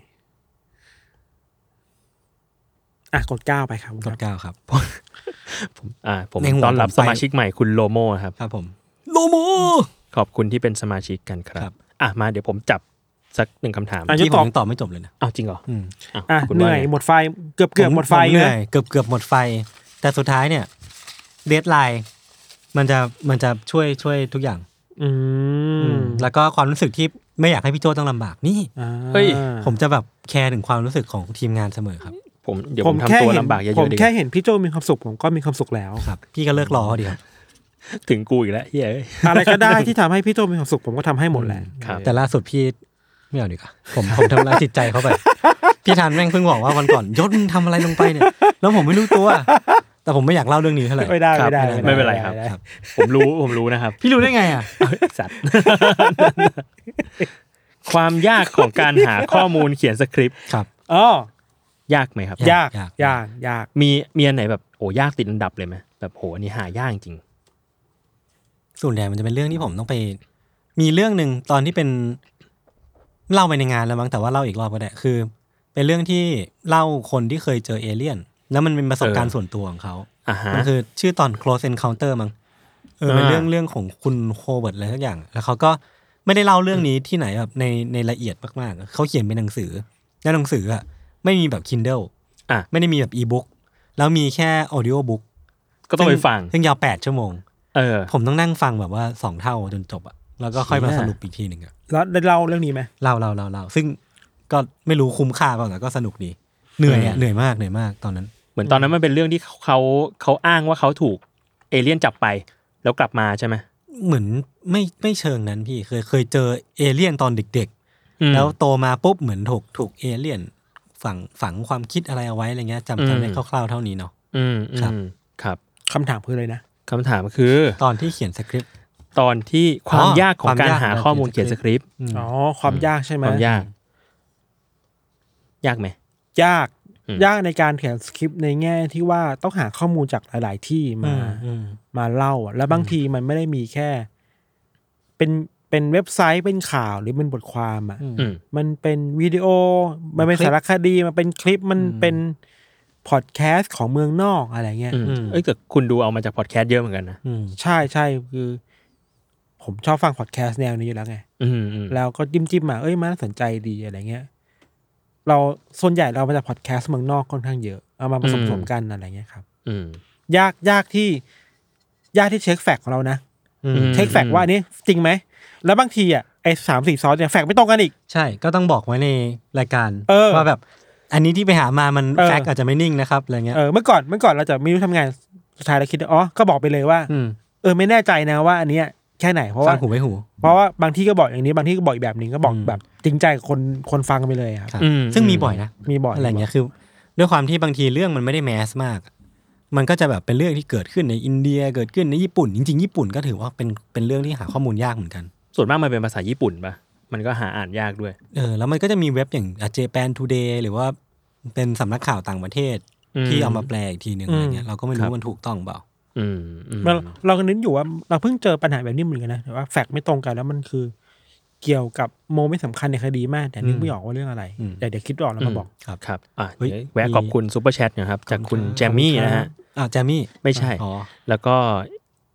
อ่ะกดเก้าไปครับกดเก้าครับอ่าผมในหัวต้อนรับผมสไปมาชิกใหม่คุณโลโมครับครับผมโลโมขอบคุณที่เป็นสมาชิกกันครัครับ บอ่ะมาเดี๋ยวผมจับสักหนึ่งคำถามอ่ะที่จะผตอมบยังตอบไม่จบเลยนะอ้าวจริงเหรออืมอ้าวอ่ะคุณเหว่านื่อยไงหมดไฟเกือบเกือบหมดไฟผเหนื่นะอยเกือบเกือบหมดไฟ แต่สุดท้ายเนี่ยเดดไลน์มันจะมันจะช่วยช่วยทุกอย่างอืมแล้วก็ความรู้สึกที่ไม่อยากให้พี่โจต้องลำบากนี่อ่าเฮ้ยผมจะแบบแคร์ถึงความรู้สึกของทีมงานเสมอครับผมเดี๋ยวผผม มแค่ทำตัวเห็นลำบากเยผอะมๆดีกแค่ว่าเห็นพี่โจมีความสุขผมก็มีความสุขแล้วครับ พี่ก็เลิกรอเขาดีครับถึงกูอีกแล้วเฮ้ยอะไรก็ได้ที่ทำให้พี่โจมีความสุขผมก็ทำให้หมดแหละครับแต่ล่าสุดพี่ไม่เอาดีกว่าผมผมทำร้ายจิตใจเขาไป พี่ทันแม่งเพิ่งบอกว่าวันก่อนยศมึงทำอะไรลงไปเนี่ย แล้วผมไม่รู้ตัว แต่ผมไม่อยากเล่าเรื่องนี้เท่าไหร่ไม่ได้ครับไม่ได้ไม่เป็นไรครับด้ผมรู้ผมรู้นะครับพี่รู้ได้ไงอ่ะสัตว์ ความยากของการหาข้อมูลเขียนสคริปต์ครับอ๋อยากไหมครับยากยากยากยากมีมีอันไหนแบบโอ้ยากติดอันดับเลยไหมแบบโหอันนี้หายากจริงส่วนใหญ่มันจะเป็นเรื่องที่ผมต้องไป มีเรื่องหนึ่งตอนที่เป็นเล่าไปในงานแล้วมั้งแต่ว่าเล่าอีกรอบก็ได้คือ เป็นเรื่องที่เล่าคนที่เคยเจอเอเลี่ยน แล้วมันเป็นประสบการณ์ส่วนตัวของเขาอ่าฮะมันคือชื่อตอน close encounter มั้งเออเป็นอ่าเรื่องเรื่องของคุณโคเบิร์ตอะไรสักอย่าง แล้วเขาก็ไม่ได้เล่าเรื่องนี้ที่ไหนแบบในในละเอียดมากๆเขาเขียนเป็นหนังสือแล้วหนังสืออ่ะไม่มีแบบ Kindle อ่ะไม่ได้มีแบบอีบุ๊กแล้วมีแค่ audio book ก็ต้องไปฟังซึ่งยาวแปดชั่วโมงเออผมต้องนั่งฟังแบบว่าสองเท่าจนจบอ่ะแล้วก็ค่อยมาเชี่ยสรุปอีกทีหนึ่งอ่ะแล้วได้เล่าเรื่องนี้ไหมเล่าเล่าเล่าเล่าซึ่งก็ไม่รู้คุ้มค่าเปล่าแต่ก็สนุกดีเหนื่อยอ่ะเหนื่อยมากเหนื่อยมากตอนนั้นเหมือนตอนนั้นมันเป็นเรื่องที่เขาเขาอ้างว่าเขาถูกเอเลี่ยนจับไป แล้วกลับมาใช่ไหมเหมือนไม่ไม่เชิงนั้นพี่เคยเคยเจอเอเลี่ยนตอนเด็กอืมๆแล้วโตมาปุ๊บเหมือนถูกถูกเอเลี่ยนฝังฝังความคิดอะไรเอาไว้อะไรเงี้ยจำจำได้อืมคร่าวๆเท่านี้เนาะอืมอืครับมครับคำถามคืออะไรนะคำถามคือตอนที่เขียนสคริปต์ตอนที่ความอ๋อยากของความการยากหาของการข้อมูลเขีเขียยนนสสคคริริปปต์ต์อ๋อความยากใช่ไหมความยาก ยากไหมยากอืมยากในการเขียนสคริปต์ในแง่ที่ว่าต้องหาข้อมูลจากหลาย ๆ ที่มาอืมมาเล่าอะแล้วบางทีมันไม่ได้มีแค่ เป็นเป็นเว็บไซต์เป็นข่าวหรือเป็นบทความอ่ะอืมอืมมันเป็นวิดีโอ มันเป็นคลิปสารคดีมันเป็นคลิปมันเป็นพอดแคสต์ของเมืองนอกอะไรเงี้ยอืมเอ้ยแต่คุณดูเอามาจากพอดแคสต์เยอะเหมือนกันนะอืมใช่ใช่คือ ผมชอบฟังพอดแคสต์แนวนี้อยู่แล้วไงอืมอืมแล้วก็จิ้มจิ้มมาเอ้ยมันน่าสนใจดีอะไรเงี้ย เราส่วนใหญ่เรามาจากพอดแคสต์เมืองนอกค่อนข้างเยอะเอามาผสมผสมกันอะไรเงี้ยครับอืมยากยากที่ยากที่เช็คแฟกต์ของเรานะอืมอืมเช็คแฟกต์ว่าอันนี้จริงไหมแล้วบางทีอ่ะไอ้สามสี่ซอสเนี่ยแฟกต์ไม่ตรงกันอีกใช่ก็ต้องบอกไว้ในรายการเออว่าแบบ อันนี้ที่ไปหามามันเออแฟกต์อาจจะไม่นิ่งนะครับอะไรเงี้ยเออเมื่อก่อนเมื่อก่อนเราจะไม่รู้ทำงานสุดท้ายเราคิดว่าอ๋อก็บอกไปเลยว่าอืมเออไม่แน่ใจนะว่าอันเนี้ยแค่ไหนเพราะฟัว่างหูไว้หูเพราะว่าบางที่ก็บอกอย่างนี้บางที่ก็บอกอีกแบบหนึ่งก็บอกอืมแบบจริงใจกับคนคนฟังไปเลยครับครับอืมซึ่งมีบ่อยนะมีบ่อยอะไรเงี้ยคือด้วยความที่บางทีเรื่องมันไม่ได้แมสมาก มันก็จะแบบเป็นเรื่องที่เกิดขึ้นในอินเดียเกิดขึ้นในญี่ปุ่น จริงๆญี่ปุ่นก็ถือว่าเป็นเป็นเรื่องที่หาข้อมูลยากเหมือนกันส่วนมากมันเป็นภาษาญี่ปุ่นปะมันก็หาอ่านยากด้วยเออแล้วมันก็จะมีเว็บอย่าง Japan Today หรือว่าเป็นสำนักข่าวต่างประเทศอืมที่เอามาแปลอีกทีหนึ่งอะไรเงี้ยเราก็ไม่ครัรู้บมันถูกต้องเปล่าอืมอืมเราเราก็นึกอยู่ว่าเราเพิ่งเจอปัญหาแบบนี้เหมือนกันนะแต่ว่าแฟกต์ไม่ตรงกันแล้วมันคือ เกี่ยวกับโมไม่สำคัญในคดีมาก แต่นึกไม่ออกว่าเรื่องอะไรอืมแต่เดี๋ยวคิดออกแล้วมาบอกครับครับอ่ะเฮ้ยเดี๋ยวแวะมีขอบคุณซูเปอร์แชทนะครับจากคุณแจมมี่นะฮะอ่าแจมี่ไม่ใช่อ๋อแล้วก็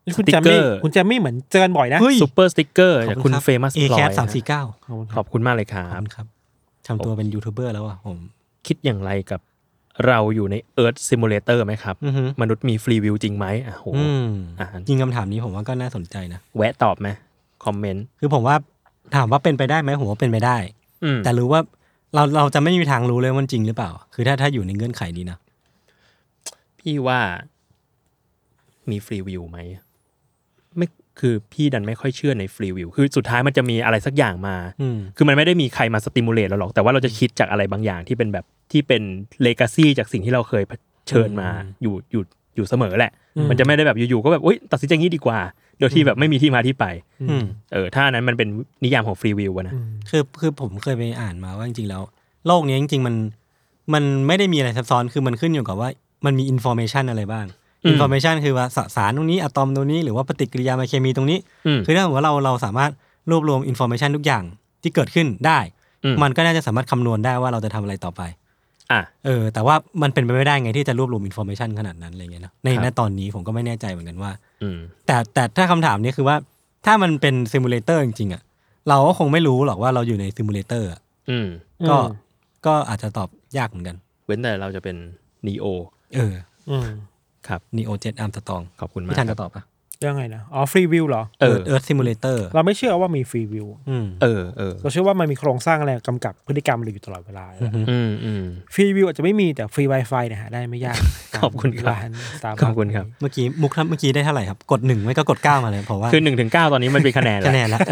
คุณแจมมี่คุณแจมมี่เหมือนเจอกันบ่อยนะซูเปอร์สติ๊กเกอร์จากคุณเฟมัสเอพลอแคยทสามสี่เก้าขอบคุณมากเลยครัขอบบ คุณครับทำตัวเป็นยูทูบเบอร์แล้วอ่ะผมคิดอย่างไรกับเราอยู่ใน Earth Simulator ไหมครับ มนุษย์มีฟรีวิวจริงไหมอ่ะโหอืมอ่ะจริงคำถามนี้ผมว่าก็น่าสนใจนะแวะตอบไหมคอมเมนต์คือผมว่าถามว่าเป็นไปได้ไหมผมว่าเป็นไปได้อืมแต่รู้ว่าเราเราจะไม่มีทางรู้เลยว่ามันจริงหรือเปล่า คือถ้าถ้าอยู่ในเงื่อนไขนี้นะพี่ว่ามีฟรีวิวไหมไม่คือพี่ดันไม่ค่อยเชื่อในฟรีวิวคือสุดท้ายมันจะมีอะไรสักอย่างมาอืมคือมันไม่ได้มีใครมาสติมูลเลตเราหรอกแต่ว่าเราจะคิดจากอะไรบางอย่างที่เป็นแบบที่เป็นเลกาซี่จากสิ่งที่เราเคยเชิญมาอยู่อยู่อยู่เสมอแหละ มันจะไม่ได้แบบอยู่ๆก็แบบอุ๊ยตัดสินใจงี้ดีกว่าโดยที่แบบไม่มีที่มาที่ไปอืมเออถ้านั้นมันเป็นนิยามของฟรีวิวนะคือคือผมเคยไปอ่านมาว่าจริงๆแล้วโลกนี้จริงๆมันมันไม่ได้มีอะไรซับซ้อนคือมันขึ้นอยู่กับว่ามันมีอินโฟเมชันอะไรบ้างอินโฟเมชันคือว่าสสารตรงนี้อะตอมตรงนี้หรือว่าปฏิกิริยาเคมีตรงนี้คือถ้าสมมติว่าเราเราสามารถรวบรวมอินโฟเมชันทุกอย่างที่เกิดขึ้นได้มันก็น่าจะสามารถคำนวณได้ว่าเราจะทำอะไรต่อไปอ่ะเออแต่ว่ามันเป็นไปไม่ได้ไงที่จะรวบรวมอินโฟเมชันขนาดนั้นอะไรเงี้ยนะในณตอนนี้ผมก็ไม่แน่ใจเหมือนกันว่าแต่แต่ถ้าคำถามนี้คือว่าถ้ามันเป็นซิมูเลเตอร์จริงๆอ่ะเราก็คงไม่รู้หรอกว่าเราอยู่ในซิมูเลเตอร์ก็ก็อาจจะตอบยากเหมือนกันเว้นแต่เราจะเป็นนีโอเออครับนีโอเจ็ดอาร์มสตองขอบคุณมากพี่ทันจะตอบปะยังไงนะอ๋อฟรีวิวเหรอเออเอิร์ธซิมูเลเตอร์เราไม่เชื่อว่ามีฟรีวิวเออเออเราเชื่อว่ามันมีโครงสร้างอะไรกำกับพฤติกรรมเราอยู่ตลอดเวลาอืมอืมฟรีวิวอาจจะไม่มีแต่ฟรี Wi-Fi เนี่ยหาได้ไม่ยากขอบคุณครับขอบคุณครับเมื่อกี้มุกครับเมื่อกี้ได้เท่าไหร่ครับกดหนึ่งไม่ก็กดเก้ามาเลยเพราะว่าคือหนึ่งถึงเก้าตอนนี้มันเป็นคะแนนแล้วคะแนนแล้ว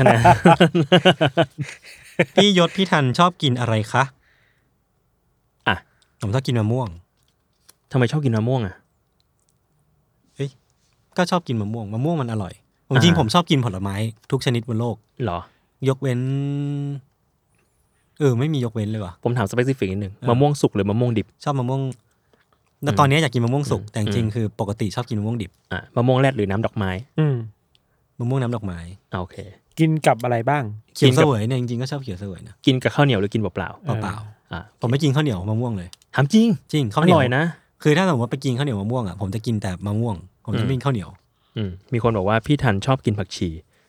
พี่ยศพี่ทันชอบกินอะไรคะอ่ะผมชอบกินมะม่วงทำไมชอบกินมะม่วงอ่ะเฮ้ยก็ชอบกินมะม่วงมะม่วงมันอร่อยจริงผมชอบกินผลไม้ทุกชนิดบนโลกเหรอยกเว้นเออไม่มียกเว้นเลยว่ะผมถามสเปซิฟิกนิดนึงมะม่วงสุกหรือมะม่วงดิบชอบมะม่วงแต่ตอนนี้อยากกินมะม่วงสุกแต่จริงๆคือปกติชอบกินมะม่วงดิบอ่ะมะม่วงแรดหรือน้ำดอกไม้อืมมะม่วงน้ำดอกไม้โอเคกินกับอะไรบ้างเขียวเสวยเนี่ยจริงๆก็ชอบเขียวเสวยนะกินกับข้าวเหนียวหรือกินเปล่าๆเปล่าๆอ่ะผมไม่กินข้าวเหนียวมะม่วงเลยถามจริงจริงข้าวเหนียวอร่อยนะคือถ้าสมมติว่าไปกินข้าวเหนียวมะม่วงอ่ะผมจะกินแต่มะม่วงผมจะไม่กินข้าวเหนียวอืมมีคนบอกว่าพี่ทันชอบกินผักชี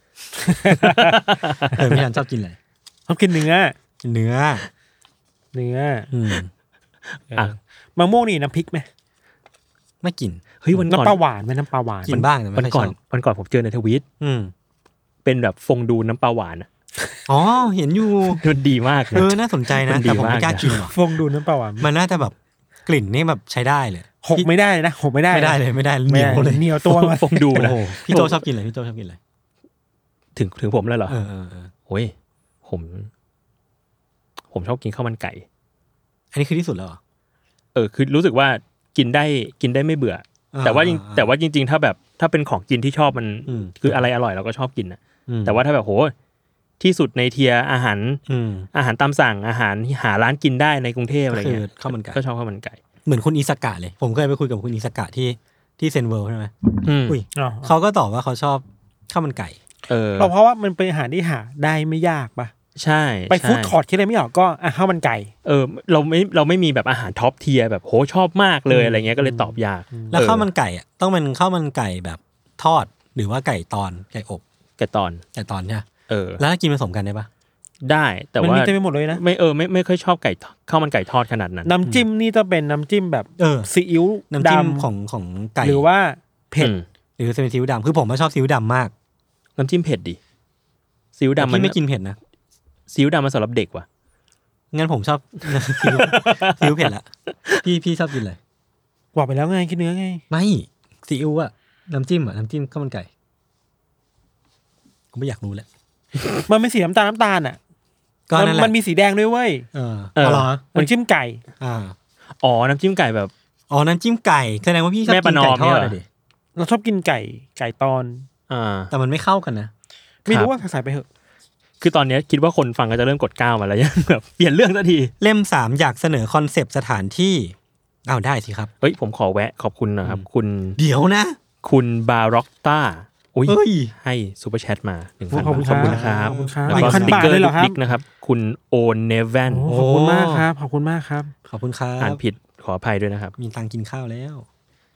เออพี่ทันชอบกินอะไรชอบกินเนื้อเนื้อเนื้ออืมอ่ะมะม่วงนี่น้ำพริกไหมไม่กินเฮ้ยวันก่อนน้ำปลาหวานไหมน้ำปลาหวานกินบ้างแต่ไม่วันก่อนวันก่อนผมเจอในทวิตอืมเป็นแบบฟงดูน้ำปลาหวานอ่ะอ๋อเห็นอยู่มันดีมากเออน่าสนใจนะแต่ผมไม่กล้ากินหรอกฟงดูน้ำปลาหวานมันน่าจะแบบกลิ่นนี่แบบใช้ได้เลยหกไม่ได้นะหกไม่ได้ไม่ได้เลยไม่ได้เหนียวเลยเหนียวตัวมาฟงดูนะพี่โจชอบกินอะไรพี่โจชอบกินอะไรถึงถึงผมแล้วเหรอเออเออเออโอ้ยผมผมชอบกินข้าวมันไก่อันนี้คือที่สุดแล้วเหรอเออคือรู้สึกว่ากินได้กินได้ไม่เบื่อแต่ว่าแต่ว่าจริงๆถ้าแบบถ้าเป็นของกินที่ชอบมันคืออะไรอร่อยเราก็ชอบกินนะแต่ว่าถ้าแบบโหที่สุดในเทียอาหารอาหารตามสั่งอาหารหาร้านกินได้ในกรุงเทพอะไรเงี้ยข้าวมันไก่ก็ชอบข้าวมันไก่เหมือนคุณอิสกะเลยผมเคยไปคุยกับคุณอิสกะที่ที่เซนเวิลด์ใช่ไหมอุ้ยเขาก็ตอบว่าเขาชอบข้าวมันไก่เออเพราะว่ามันเป็นอาหารที่หาได้ไม่ยากป่ะใช่ไปฟู้ดคอร์ทคิดอะไรไม่ออกก็อ่ะข้าวมันไก่เออเราไม่เราไม่มีแบบอาหารท็อปเทียร์แบบโหชอบมากเลยอะไรเงี้ยก็เลยตอบยากแล้วข้าวมันไก่อ่ะต้องเป็นข้าวมันไก่แบบทอดหรือว่าไก่ตอนไก่อบไก่ตอนไก่ตอนใช่เออแล้วกินผสมกันได้ปะได้แต่ว่ามันมีเต็มไปหมดเลยนะไม่เออไม่ไม่ค่อยชอบไก่ข้าวมันไก่ทอดขนาดนั้นน้ำจิ้มนี่ต้องเป็นน้ำจิ้มแบบเออซีอิ๊วน้ำจิ้มของของไก่หรือว่าเผ็ดหรือเป็นซีอิ๊วดำคือผมไม่ชอบซีอิ๊วดำมากน้ำจิ้มเผ็ดดิซีอิ๊วดำมันไม่กินเผ็ดนะซีอิ๊วดำมันสำหรับเด็กว่ะงั้นผมชอบซีอิ๊วเผ็ดละพี่พี่ชอบกินอะไรบอกไปแล้วไงกินเนื้อไงไม่ซีอิ๊วอะน้ำจิ้มอะน้ำจิ้มข้าวมันไก่ผมไม่อยากรู้แหละมันไม่สีน้ำตาลน้ำตาลอ่ะก็นั่นแหละมันมีสีแดงด้วยเว้ยเอออ๋อเหรอมันจิ้มไก่อ่าอ๋อน้ำจิ้มไก่แบบอ๋อน้ำจิ้มไก่แสดงว่าพี่ชอบกินไก่ทอดอ่ะดิเราชอบกินไก่ไก่ตอนอ่าแต่มันไม่เข้ากันนะไม่รู้ว่าใส่ไปเหอะคือตอนนี้คิดว่าคนฟังก็จะเริ่มกดก้าวมาแล้วยังแบบเปลี่ยนเรื่องสักทีเล่มสามอยากเสนอคอนเซปต์สถานที่อ้าวได้สิครับเฮ้ยผมขอแวะขอบคุณนะครับคุณเดี๋ยวนะคุณบาร็อกต้าอุ้ยให้ซูเปอร์แชทมา หนึ่งพันขอบคุณนะครับขอบคุณครับแล้วก็สติ๊กเกอร์ดิ๊กนะครับคุณโอนเนเวนขอบคุณมากครับขอบคุณมากครับขอบคุณครับอ่านผิดขออภัยด้วยนะครับมีตังกินข้าวแล้ว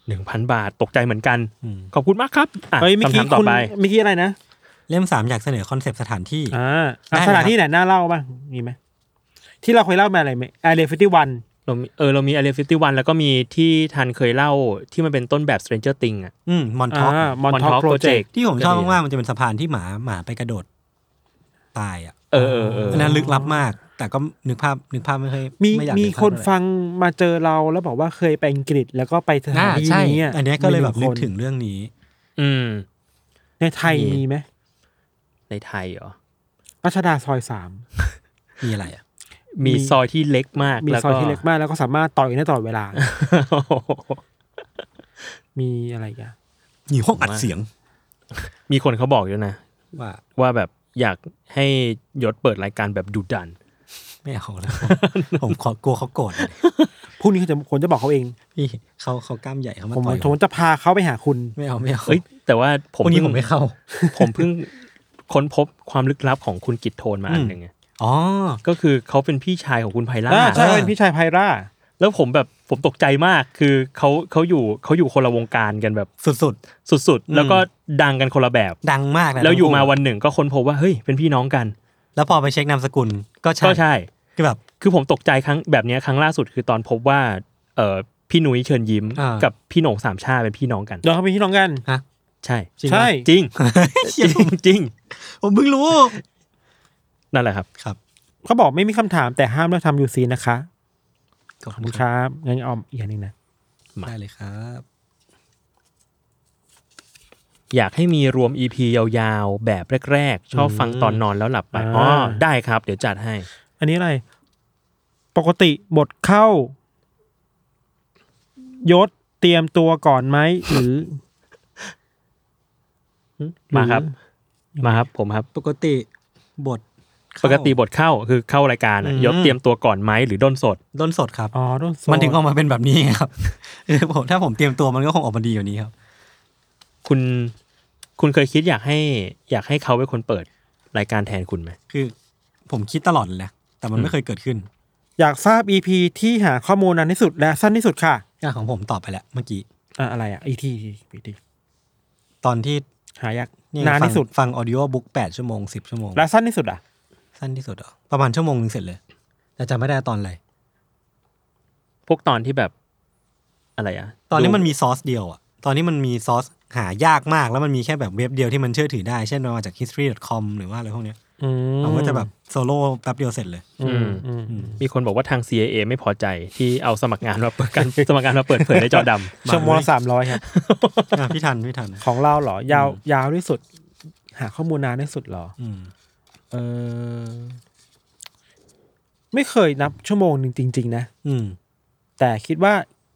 หนึ่งพัน บาทตกใจเหมือนกันอืมขอบคุณมากครับอ่ะเอ้ยเมื่อคำกี้ถามต่อคุณไปเมื่อกี้อะไรนะเล่มสามอยากเสนอคอนเซปต์สถานที่อ่าได้สถานเลยครับที่ไหนน่าเล่าบ้างมีไหมที่เราเคยเล่ามาอะไรไหม Area ห้าสิบเอ็ดเรามีเออเรามี Area ห้าสิบเอ็ด แล้วก็มีที่ทันเคยเล่าที่มันเป็นต้นแบบ Stranger Things อ่ะอืมมอนท็อกอ่ามอนท็อก Montauk โปรเจก Project ต์ที่ผมชอบมากๆมันจะเป็นสะพานที่หมาหมาไปกระโดดตายอ่ะเออเออเอออันนั้นลึกลับมาก แต่ก็นึกภาพนึกภาพไม่เคยมีไอยากมีนึกภาพคนเท่าไหร่ฟังมาเจอเราแล้วบอกว่าเคยไปอังกฤษแล้วก็ไปสถาอ่านที่ใช่นี้ะอันเนี้ยก็เลยแบบมีนึคกถึงเรื่องนี้อืมในไทยมีมีไหมในไทยเหรอรัชดาซอยสามมีอะไรอ่ะมีมีซอยที่เล็กมากมีแล้วซอยที่เล็กมากแล้วก็สามารถต่อยได้ตลอดเวลา มีอะไรกันมีห้องอัดเสียงมีคนเขาบอกอยู่นะว่าว่าแบบอยากให้ยศเปิดรายการแบบดุดันไม่เอาแล้ว ผมขอกลัวเขาโกรธพรุ่งนี้เขาจะคนจะบอกเขาเองพี่เขาเขากล้ามใหญ่เขามาผมต่อยผมจะพาเขาไปหาคุณไม่เอาไม่เอาเอ้ยแต่ว่าผมพรุ่งนี้เพิ่ผมไม่เข้าผมเพิ่งค้นพบความลึกลับของคุณกิตโทนมาอันหนึ่งไงอ๋อก็คือเขาเป็นพี่ชายของคุณไพล่าอ่าใช่เออเป็นพี่ชายไพร่าแล้วผมแบบผมตกใจมากคือเขาเขาอยู่เขาอยู่คนละวงการกันแบบสุดสุดๆ แล้วก็ดังกันคนละแบบๆ ดังมากนะแล้วอยู่ทั้งคู่มาวันหนึ่งก็ค้นพบว่าเฮ้ยเป็นพี่น้องกันแล้วพอไปเช็คนามสกุลก็ใช่ก็ใช่คือแบบคือผมตกใจครั้งแบบเนี้ยครั้งล่าสุดคือตอนพบว่าเออพี่หนุ่ยเชิญยิ้มอ่ากักับพี่โหน่งสามชาเป็นพี่น้องกันเดี๋ยวเขาเป็นพี่น้องกันฮะใช่จริงใช่ปะจริงเหี้จยริงจริงผมเพิ่งรู้นั่นแหละครับครับเขาบอกไม่มีคำถามแต่ห้ามเลิกทำยูซีนะคะขอบขอบคุคุณ ณคครับ รับงั้นเอาอีกอันหนึงนะได้เลยครับอยากให้มีรวม อี พี ยาวๆ แบบแรกๆ ชอบฟังตอนนอนแล้วหลับไปอ๋อได้ครับเดี๋ยวจัดให้อันนี้อะไร ปกติบทเข้ายศเตรียมตัวก่อนไหมหรือมาครับ มาครับผมครับปกติบทปกติบทเข้าคือเข้ารายการอะอืมยศเตรียมตัวก่อนไหมหรือด้นสดด้นสดครับอ๋อต้องโซมันถึงออกมาเป็นแบบนี้ไงครับ เออผมถ้าผมเตรียมตัวมันก็คงออกมาดีกว่านี้ครับคุณคุณเคยคิดอยากให้อยากให้เขาเป็นคนเปิดรายการแทนคุณไหมคือผมคิดตลอดเลยนะแต่มันไม่เคยเกิดขึ้นอยากทราบ อี พี ที่หาข้อมูลนานที่สุดและสั้นที่สุดค่ะอ่ะของผมตอบไปแล้วเมื่อกี้อ่ะอะไรอ่ะอีทีอีทีตอนที่หายากเยนานที่สุดฟังออดิโอบุ๊กแปดชั่วโมงสิบชั่วโมงและสั้นที่สุดอ่ะสั้นที่สุดเหรอประมาณชั่วโมงนึงเสร็จเลย แต่จำไม่ได้ตอนอะไรพวกตอนที่แบบอะไรอะตอนนี้ดูมันมีซอสเดียวอ่ะ ตอนนี้มันมีซอสหายากมากแล้วมันมีแค่แบบเว็บเดียวที่มันเชื่อถือได้ เช่นมาจาก ฮิสทอรี ดอท คอม หรือว่าอะไรพวกเนี้ยอืมเราก็จะแบบโซโล่แป๊บเดียวเสร็จเลยอืมอืมมีคนบอกว่าทาง ซี ไอ เอ ไม่พอใจที่เอาสมัครงานมาเปิดกัน สมัครงานมาเปิดเผยในจอดำชั่วโมงละสามร้อยครับอ่ะพี่ทันพี่ทันของเราเหรอ ยาวยาวที่สุด หาข้อมูลนานที่สุดเหรออืมเออไม่เคยนับชั่วโมงหนึ่งจริง ๆ นะอืมแต่คิดว่า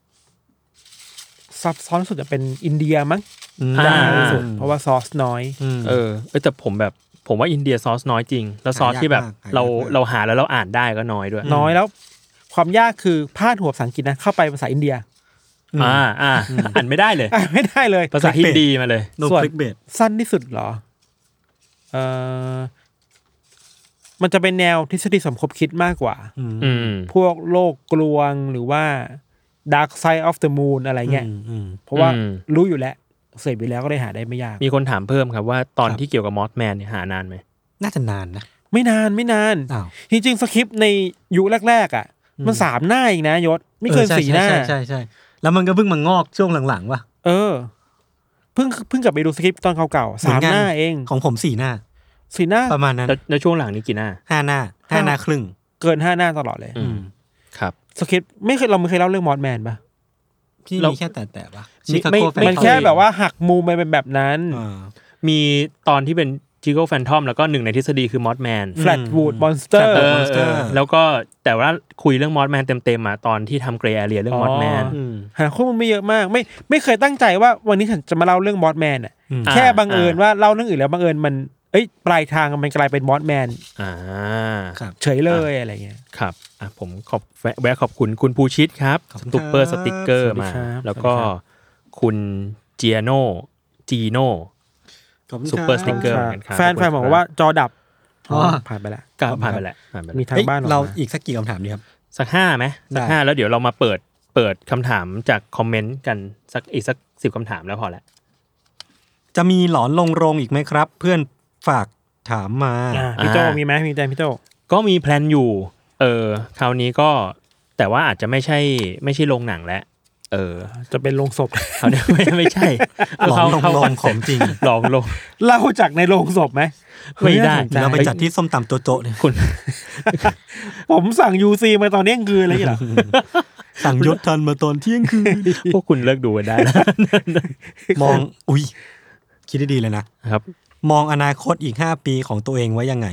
ซับซ้อนที่สุดจะเป็นอินเดียมั้งอ่ายากที่สุดเพราะว่าซอสน้อยอืมเออเอ้ยแต่ผมแบบผมว่าอินเดียซอสน้อยจริง แล้วซอสที่แบบหายากมากเราหายากมากเราหาแล้วเราอ่านได้ก็น้อยด้วยน้อยแล้ว ความยากคือพาดหัวภาษาอังกฤษนะเข้าไปภาษาอินเดียอ่าอ่าอ่านไม่ได้เลยอ่ะไม่ได้เลยภาษาฮินดีมาเลยโนส่วนคลิกเบสสั้นที่สุดเหรอ เออมันจะเป็นแนวทฤษฎีสมคบคิดมากกว่าอืมอืมพวกโลกกลวงหรือว่า Dark Side of the Moon อะไรเงี้ยอืมอืมเพราะว่าอืมรู้อยู่แล้วเสพไปแล้วก็ได้หาได้ไม่ยากมีคนถามเพิ่มครับว่าตอนครับที่เกี่ยวกับมอสแมนเนี่ยหานานไหมน่าจะนานนะไม่นานไม่นานอ้าวจริงๆสคริปต์ในยุคแรกๆอ่ะ มันสามหน้าเองนะยศ ไม่เกินออใช่สี่หน้าใช่ใช่ใช่แล้วมันก็เพิ่งมางอกช่วงหลังๆว่ะเออ เพิ่งเพิ่งกลับไปดูสคริปต์ตอนเก่าๆเหมืสาอมนกันหน้าเองของผมสี่หน้าสี่หน้าประมาณนั้นแล้วแล้วช่วงหลังนี้กี่หน้าห้าหน้าห้าหน้าครึ่งเกินห้าหน้าตลอดเลยอืมครับสคริปต์ไม่เคยเราไม่เคยเล่าเรื่องมอสแมนปะที่เรามีแค่แต่แต่ปะไม่ชิคาไม่โกไม่มันแค่แบบว่าหักมุมไปเป็นแบบนั้นมีตอนที่เป็นจิโก้แฟนทอมแล้วก็หนึ่งในทฤษฎีคือมอสแมนแฟลตวูดมอนสเตอร์เออ Monster เออแล้วก็แต่ว่าคุยเรื่องมอสแมนเต็มๆมาตอนที่ทำเกรย์แอเรียเรื่องมอสแมนอ๋อ หาข้อมูลไม่เยอะมาก ไม่ไม่เคยตั้งใจว่าวันนี้ฉันจะมาเล่าเรื่องมอสแมนอ่ะอืมแค่บังเอิญว่าเล่าเรื่องอื่นแล้วบังเอิญมันเอ้ยปลายทางมันกลายเป็นมอสแมนอ่าครับเฉยเลยอะไรเงี้ยครับอ่ะผมขอบแวะแวะขอบคุณคุณภูชิตครับขอบคุณสตุปเปอร์คสรับติกเกอร์สวัสดีมาครับแล้วก็สวัสดีครับคุณเจียโนจีโนขอบคุณซุปเปอร์คสติ๊กเกอร์บเหมือนกันครับแฟนแฟนบอกว่าจอดับอ๋อผ่านไปแล้วก็ผ่านไปแล้วผ่านไปแล้วมีทางเอ้ยบ้านออกเรามาอีกสักกี่คำถามดีครับสักห้าไหมสักได้ห้าแล้วเดี๋ยวเรามาเปิดเปิดคำถามจากคอมเมนต์กันสักอีกสักสิบคำถามแล้วพอแล้วจะมีหลอนลงโรงอีกไหมครับ เพื่อนฝากถามมาพี่โจมีไหมมีใจพี่โจก็มีแพลนอยู่เออคราวนี้ก็แต่ว่าอาจจะไม่ใช่ไม่ใช่โรงหนังแล้วเออจะเป็นโรงศพเขาเนี่ยไม่ไม่ใช่หลอนลงของจริงหลอนลงเล่าจากในโรงศพไหมไม่ได้เราไปจัดที่ส้มตำโจ๊ะเนี่ยคุณผมสั่ง ยู ซี มาตอนเที่ยงคืนอะไรอย่างเงี้ยสั่งยศทันมาตอนเที่ยงคืนพวกคุณเลิกดูกันได้แล้วมองอุ้ยคิดได้ดีเลยนะครับมองอนาคตอีกห้าปีของตัวเองไว้ยังไง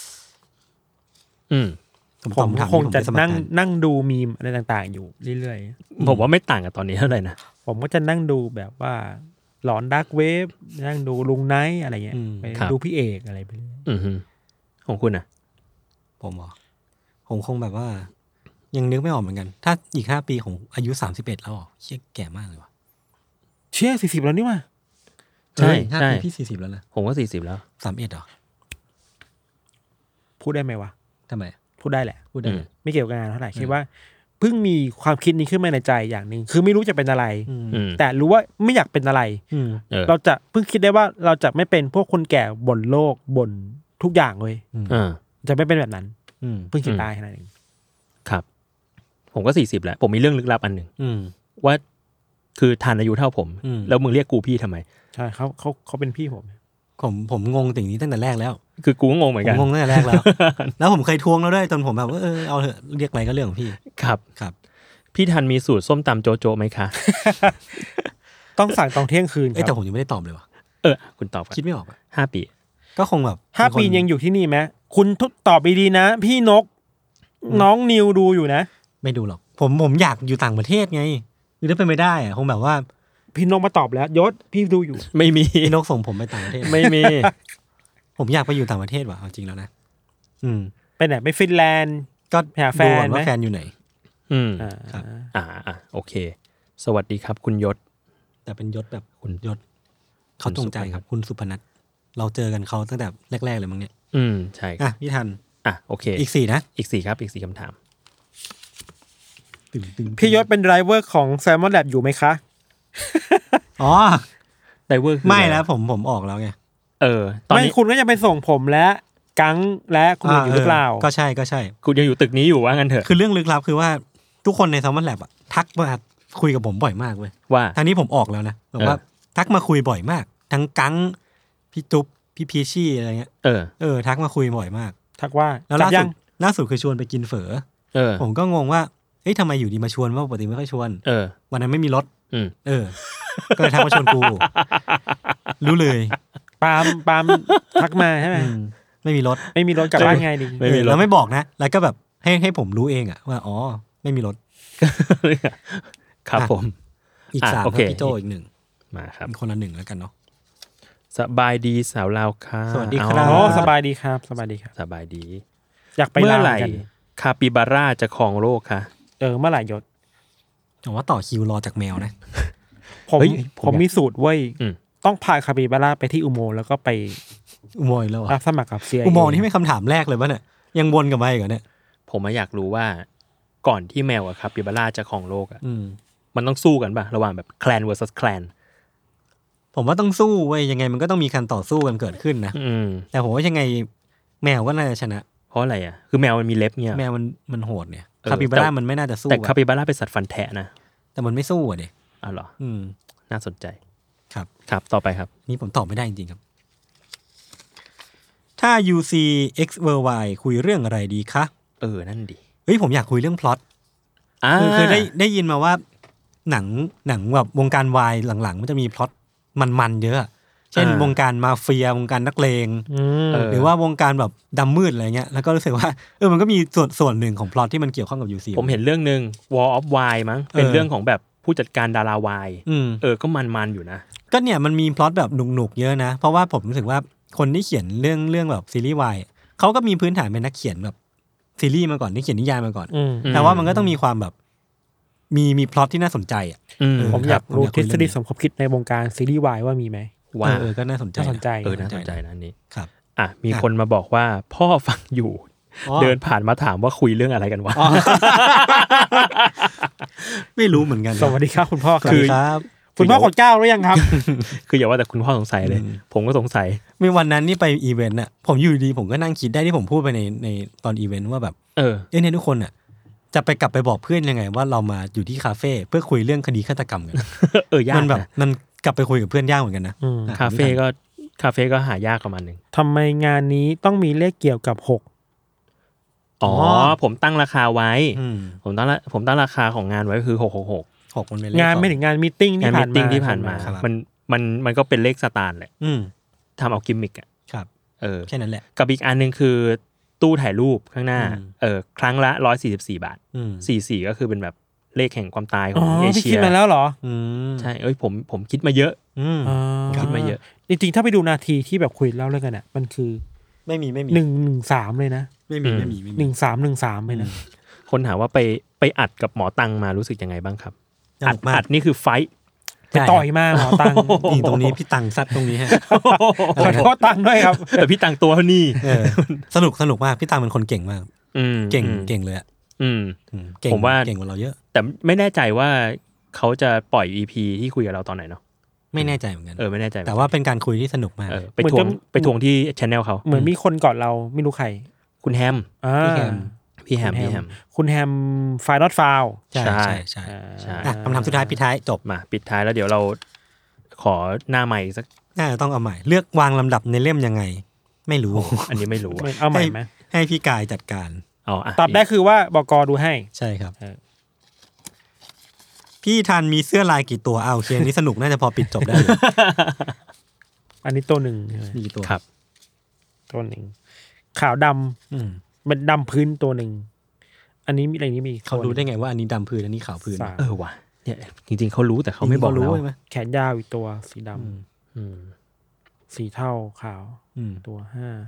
อืมผมคงจะนั่งนั่งดูมีมอะไรต่างๆอยู่เรื่อยๆผมว่าไม่ต่างกับตอนนี้เท่าไหร่นะผมก็จะนั่งดูแบบว่าหลอนดาร์กเวฟนั่งดูลุงไนท์อะไรเงี้ยไปดูพี่เอกอะไรไปเรื่อยอือของคุณอ่ะผมอ๋อผมคงแบบว่ายังนึกไม่ออกเหมือนกันถ้าอีกห้าปีของอายุสามสิบเอ็ดแล้วอ๋อเชี่ยแก่มากเลยว่ะเชี่ยสี่สิบแล้วนี่ว่ะใช่ใช่พี่สี่สิบแล้วนะผมก็สี่สิบแล้วสามเอ็ดเหรอพูดได้ไหมวะทำไมพูดได้แหละพูดได้ไม่เกี่ยวกับงานเท่าไหร่คิดว่าเพิ่งมีความคิดนี้ขึ้นมาในใจอย่างนึงคือไม่รู้จะเป็นอะไรแต่รู้ว่าไม่อยากเป็นอะไรเราจะเพิ่งคิดได้ว่าเราจะไม่เป็นพวกคนแก่บ่นโลกบ่นทุกอย่างเลยจะไม่เป็นแบบนั้นเพิ่งคิดได้ขนาดนี้ครับผมก็สี่สิบแล้วผมมีเรื่องลึกลับอันหนึ่งว่าคือทานอายุเท่าผมแล้วมึงเรียกกูพี่ทำไมใช่เขาเขาเขาเป็นพี่ผมผมผมงงสิ่งนี้ตั้งแต่แรกแล้วคือกูก็งงเหมือนกันผมงงตั้งแต่แรกแล้วแล้วผมเคยทวงแล้วด้วยจนผมแบบว่าเออเอาเถอะเรียกอะไรก็เรื่องของพี่ครับครับพี่ทันมีสูตรส้มตำโจโจไหมคะต้องสั่งตอนเที่ยงคืนครับแต่ผมยังไม่ได้ตอบเลยว่ะเออคุณตอบคิดไม่ออกห้าปีก็คงแบบห้าปียังอยู่ที่นี่ไหมคุณตอบดีๆนะพี่นกน้องนิวดูอยู่นะไม่ดูหรอกผมผมอยากอยู่ต่างประเทศไงคือถ้าเป็นไม่ได้อะคงแบบว่าพี่นกมาตอบแล้วยศพี่ดูอยู่ไม่มีพี่นกส่งผมไปต่างประเทศไม่มีผมอยากไปอยู่ต่างประเทศว่ะเอาจริงแล้วนะอืมไปไหนไปฟินแลนด์ก็หาแฟนว่าแฟนอยู่ไหนอืมครับอ่าอ่าโอเคสวัสดีครับคุณยศแต่เป็นยศแบบคุณยศเขาตรงใจครับคุณสุพนัทเราเจอกันเขาตั้งแต่แรกๆเลยมั้งเนี่ยอืมใช่อ่ะพี่ทันอ่ะโอเคอีกสี่นะอีกสี่ครับอีกสี่คำถามพี่ยศเป็นไดรเวอร์ของ Salmon Lab อยู่ไหมคะอ๋อไดรเวอร์ไม่แล้วผมผมออกแล้วไงเออตอนนี้ไม่คุณก็จะไปส่งผมและกังและคุณอยู่หรือเปล่าก็ใช่ก็ใช่คุณยังอยู่ตึกนี้อยู่ว่างั้นเถอะคือเรื่องลึกลับคือว่าทุกคนใน Salmon Lab อ่ะทักมาคุยกับผมบ่อยมากเว้ยว่าทางนี้ผมออกแล้วนะบอกว่าทักมาคุยบ่อยมากทั้งกังพี่จุ๊บพี่พีชี่อะไรเงี้ยเออเออทักมาคุยบ่อยมากทักว่าแล้วล่าสุดล่าสุดคือชวนไปกินเฝอเออผมก็งงว่าเฮ้ยทำไมอยู่ดีมาชวนว่าปกติไม่ค่อยชวนเออวันนั้นไม่มีรถอืมเออก็เลยทักมาชวนกูรู้เลยปามปามทักมาใช่ไหมไม่มีรถไม่มีรถกลับบ้านไงดิแล้วไม่บอกนะแล้วก็แบบให้ให้ผมรู้เองอะว่าอ๋อไม่มีรถครับผมอีกสามครับพี่โจอีกหนึ่งมาครับคนละหนึ่งแล้วกันเนาะสบายดีสาวลาวค่ะสวัสดีครับอ๋อสบายดีครับสบายดีครับสบายดีอยากไปลาวกันคาปิบาร่าจะครองโลกค่ะเออเมื่อไหร่ยศผมว่าต่อคิวรอจากแมวนะผมผมมีสูตรเว้ยต้องพาคาปิบาร่าไปที่อุโมงค์แล้วก็ไปอุโมงค์แล้วรับสมัครกับเซียอุโมงค์ที่ไม่คำถามแรกเลยป่ะเนี่ยยังวนกลับมาอีกเหรอเนี่ยผมอยากรู้ว่าก่อนที่แมวกับคาปิบาร่าจะครองโลกอ่ะมันต้องสู้กันป่ะระหว่างแบบแคลน versus แคลนผมว่าต้องสู้เว้ยยังไงมันก็ต้องมีการต่อสู้กันเกิดขึ้นนะแต่ผมว่ายังไงแมวก็น่าจะชนะเพราะอะไรอ่ะคือแมวมันมีเล็บเนี่ยแมวมันมันโหดเนี่ยคาปิบาร่ามันไม่น่าจะสู้แต่คาปิบาร่าเป็นสัตว์ฟันแทะนะแต่มันไม่สู้อ่ะเด็กอ๋อเหรออืมน่าสนใจครับครับต่อไปครับนี่ผมตอบไม่ได้จริงๆครับถ้า ยู ซี X Worldwide คุยเรื่องอะไรดีคะเออนั่นดิเฮ้ยผมอยากคุยเรื่องพล็อตคือเคยได้ได้ยินมาว่าหนังหนังแบบวงการวายหลังๆมันจะมีพล็อตมันๆเยอะเช่นวงการมาเฟียวงการนักเลงหรือว่าวงการแบบดำมืดอะไรเงี้ยแล้วก็รู้สึกว่าเออมันก็มีส่วนส่วนหนึ่งของพล็อตที่มันเกี่ยวข้องกับ ยู ซีผมเห็นเรื่องนึง Wall of Wine มั้งเป็นเรื่องของแบบผู้จัดการดาราวายเออก็มันๆอยู่นะก็เนี่ยมันมีพล็อตแบบหนุกๆเยอะนะเพราะว่าผมรู้สึกว่าคนที่เขียนเรื่องเรื่องแบบซีรีส์วายเขาก็มีพื้นฐานเป็นนักเขียนแบบซีรีส์มาก่อนที่เขียนนิยายมาก่อนแต่ว่ามันก็ต้องมีความแบบมีมีพล็อตที่น่าสนใจอ่ะผมอยากรู้ทฤษฎีสมคบคิดในวงการซีรีส์วายว่ามีไหมว่าเออก็น่าสนใจน่าสนใจเออน่าสนใจนะนี่ครับอ่ะมีคนมาบอกว่าพ่อฟังอยู่เดินผ่านมาถามว่าคุยเรื่องอะไรกันวะไม่รู้เหมือนกันสวัสดีครับคุณพ่อคือครับคุณพ่อกดเก้าหรือยังครับคืออย่าว่าแต่คุณพ่อสงสัยเลยผมก็สงสัยมีวันนั้นนี่ไปอีเวนต์น่ะผมอยู่ดีผมก็นั่งคิดได้ที่ผมพูดไปในในตอนอีเวนต์ว่าแบบเออเอ้เนี่ยทุกคนน่ะจะไปกลับไปบอกเพื่อนยังไงว่าเรามาอยู่ที่คาเฟ่เพื่อคุยเรื่องคดีฆาตกรรมกันเออยากมันแบบมันกลับไปคุยกับเพื่อนยากเหมือนกันนะคาเฟ่ก็คาเฟ่ก็หายากประมาณนึงทำไมงานนี้ต้องมีเลขเกี่ยวกับหกอ๋อผมตั้งราคาไว้ผมตั้งผมตั้งราคาของงานไว้คือหกหกหกหกมันเป็นงานไม่ถึงงานมีตติ้งที่ผ่านมาที่ผ่านมามันมันมันก็เป็นเลขสแตนด์แหละทำเอากิมมิกอ่ะครับเออแค่นั้นแหละกับอีกอันนึงคือตู้ถ่ายรูปข้างหน้าเออครั้งละหนึ่งร้อยสี่สิบสี่บาทสี่สิบสี่ก็คือเป็นแบบเลขแห่งความตายของเอเชียคิดมาแล้วเหรอใช่เอ้ยผมผมคิดมาเยอะคิดมาเยอะจริงๆถ้าไปดูนาทีที่แบบคุยเล่าเรื่องกันอ่ะมันคือไม่มีไม่มีหนึ่งหนึ่งสามเลยนะไม่มีไม่มีหนึ่งสามหนึ่งสามเลยนะคนถามว่าไปไปอัดกับหมอตังมารู้สึกยังไงบ้างครับอัดอัดนี่คือไฟท์ไปต่อยมากหมอตังนี่ตรงนี้พี่ตังซัดตรงนี้ฮะขอโทษตังด้วยครับแต่พี่ตังตัวเท่านี้สนุกสนุกมากพี่ตังเป็นคนเก่งมากเก่งเก่งเลยอ่ะผมว่าเก่งกว่าเราเยอะแต่ไม่แน่ใจว่าเขาจะปล่อย อี พี ที่คุยกับเราตอนไหนเนาะไม่แน่ใจเหมือนกันเออไม่แน่ใจแต่ว่าเป็นการคุยที่สนุกมากไปทวงไปทวงที่ channel เขาเหมือนมีคนก่อนเราไม่รู้ใครคุณแฮมพี่แฮมพี่แฮมพี่แฮมคุณแฮมไฟล์ not found ใช่ใช่ใช่ใช่คำถามสุดท้ายปิดท้ายจบมาปิดท้ายแล้วเดี๋ยวเราขอหน้าใหม่สักน่าจะต้องเอาใหม่เลือกวางลำดับในเล่มยังไงไม่รู้อันนี้ไม่รู้เอาใหม่ไหมให้พี่กายจัดการอ๋อตอบได้คือว่าบก.ดูให้ใช่ครับพี่ทันมีเสื้อลายกี่ตัวเอาเคียงนี้สนุกน่าจะพอปิดจบได้เลยอันนี้ตัวหนึ่งมีกี่ตัวครับตัวหนึ่งขาวดำเป็นดำพื้นตัวหนึ่งอันนี้มีอะไรนี้มีเขารู้ได้ไงว่าอันนี้ดำพื้นอันนี้ขาวพื้นเออว่ะเนี่ยจริงๆเขารู้แต่เขาไม่บอกเราแขนยาวอีกตัวสีดำสีเทาขาวตัวห้า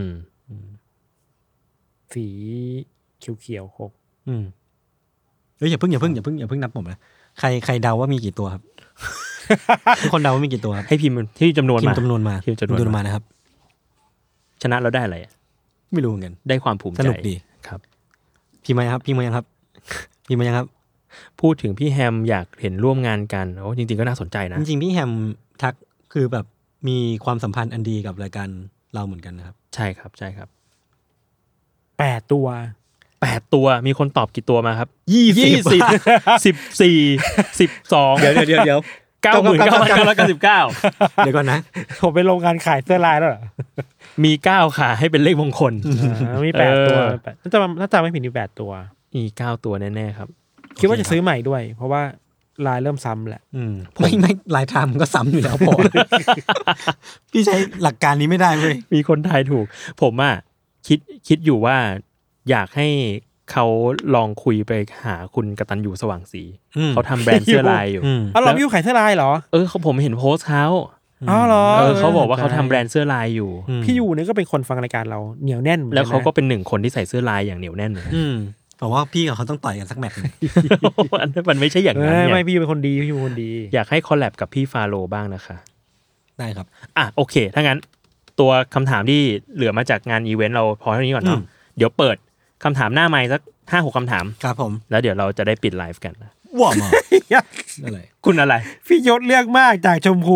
สีเขียวๆหกเฮ้ยอย่าเพิ่งอย่าเพิ่งอย่าเพิ่งอย่าเพิ่งนับผมนะใครใครเดาว่ามีกี่ตัวครับทุกคนเดาว่ามีกี่ตัวครับให้พิมพ์ที่จำนวนมาพิมพ์จำนวนมาพิมพ์จำนวนมานะครับชนะเราได้อะไรไม่รู้เหมือนกันได้ความภูมิใจสนุกดีครับพี่มาครับพี่มายังครับพี่มายังครับพูดถึงพี่แฮมอยากเห็นร่วมงานกันโอ้จริงๆก็น่าสนใจนะจริงๆพี่แฮมทักคือแบบมีความสัมพันธ์อันดีกับรายการเราเหมือนกันนะครับใช่ครับใช่ครับแปดตัวแปดตัวมีคนตอบกี่ตัวมาครับยี่สิบสิบสี่สิบสองเดี๋ยวเดี๋ยวเดี๋ยวเก้าหมื่นเก้าพันเก้าร้อยเก้าสิบเก้าเดี๋ยวก่อนนะผมไปโรงงานขายเสื้อลายแล้วเหรอมีเก้าค่ะให้เป็นเลขมงคลมีแปดตัวถ้าจำถ้าจำไม่ผิดมีแปดตัวมีเก้าตัวแน่ๆครับคิดว่าจะซื้อใหม่ด้วยเพราะว่าลายเริ่มซ้ำแหละไม่ไม่ลายทำก็ซ้ำอยู่แล้วพอพี่ใช้หลักการนี้ไม่ได้เว้ยมีคนทายถูกผมอ่ะคิดคิดอยู่ว่าอยากให้เขาลองคุยไปหาคุณกตัญญูสว่างศรีเขาทำแบรนด์เสื้อลายอยู่อ๋อเราพี่ขายเสื้อลายเหรอเออเขาผมเห็นโพสต์เขาอ๋อเหรอเออเขาบอกว่าเขาทำแบรนด์เสื้อลายอยู่พี่ยูเนี่ยก็เป็นคนฟังรายการเราเหนียวแน่นแล้วเขาก็เป็นหนึ่งคนที่ใส่เสื้อลายอย่างเหนียวแน่นเลยผมว่าพี่กับเขาต้องต่อยกันสักแมตช์มันไม่ใช่อย่างนั้นเนี่ยไม่พี่เป็นคนดีพี่เป็นคนดีอยากให้คอลแลบกับพี่ฟาโรบ้างนะคะได้ครับอ่ะโอเคถ้างั้นตัวคำถามที่เหลือมาจากงานอีเวนต์เราพอเท่านี้ก่อนเนาะเดี๋ยวเปิดคำถามหน้าไมค์สักห้าหกคำถามครับผมแล้วเดี๋ยวเราจะได้ปิดไลฟ์กันว้าวมาอะไรคุณอะไรพี่ยศเลือกมากจากชมพู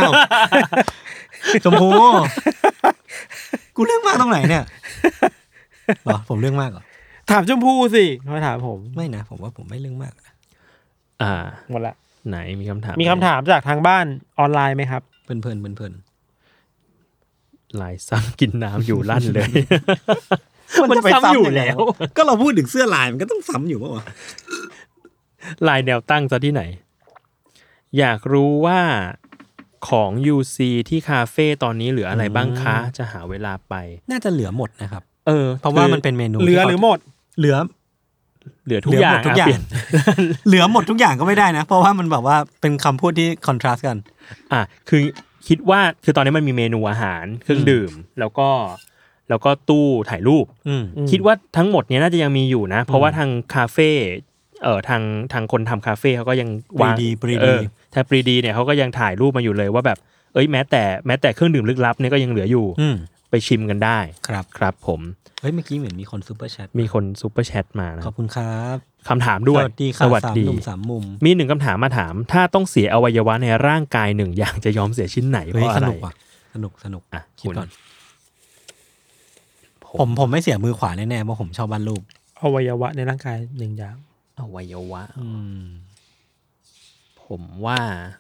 ชมพูกูเลือกมากตรงไหนเนี่ยหรอผมเลือกมากเหรอถามชมพูสิมาถามผมไม่นะผมว่าผมไม่เรื่องมากอ่าหมดละไหนมีคำถามมีคำถามจากทางบ้านออนไลน์ไหมครับเพลินเพลินเพลินเพลินลายซ้ำกินน้ำอยู่ลั่นเลยมันไปซ้ำอยู่แล้วก็เราพูดถึงเสื้อลายมันก็ต้องซ้ำอยู่ป่ะวะลายแนวตั้งซะที่ไหนอยากรู้ว่าของ ยู ซี ที่คาเฟ่ตอนนี้เหลืออะไรบ้างคะจะหาเวลาไปน่าจะเหลือหมดนะครับเออเพราะว่ามันเป็นเมนูเหลือหรือหมดเหลือเหลือทุกอย่างทุกอย่างเหลือหมดทุกอย่างก็ไม่ได้นะเพราะว่ามันแบบว่าเป็นคำพูดที่คอนทราสต์กันอ่ะคือคิดว่าคือตอนนี้มันมีเมนูอาหารเครื่องดื่มแล้วก็แล้วก็ตู้ถ่ายรูปคิดว่าทั้งหมดเนี้ยน่าจะยังมีอยู่นะเพราะว่าทางคาเฟ่เอ่อทางทางคนทำคาเฟ่เขาก็ยังวางปรีดีทางปรีดีเนี่ยเขาก็ยังถ่ายรูปมาอยู่เลยว่าแบบเอ้ยแม้แต่แม้แต่เครื่องดื่มลึกลับเนี่ยก็ยังเหลืออยู่ไปชิมกันได้ครับครับผมเฮ้ยเมื่อกี้เหมือนมีคนซุปเปอร์แชทมีคนซุปเปอร์แชทมานะขอบคุณครับคำถามด้วยสวัสดีค่ะสามหนุ่มสามมุมมีหนึ่งคำถามมาถามถ้าต้องเสียอวัยวะในร่างกายหนึ่งอย่างจะยอมเสียชิ้นไหนเพราะอะไรสนุกว่ะสนุกสนุกอ่ะคิดก่อนผมผมไม่เสียมือขวาแน่ๆเพราะผมชอบวาดรูปอวัยวะในร่างกายหนึ่งอย่างอวัยวะอืมผมว่า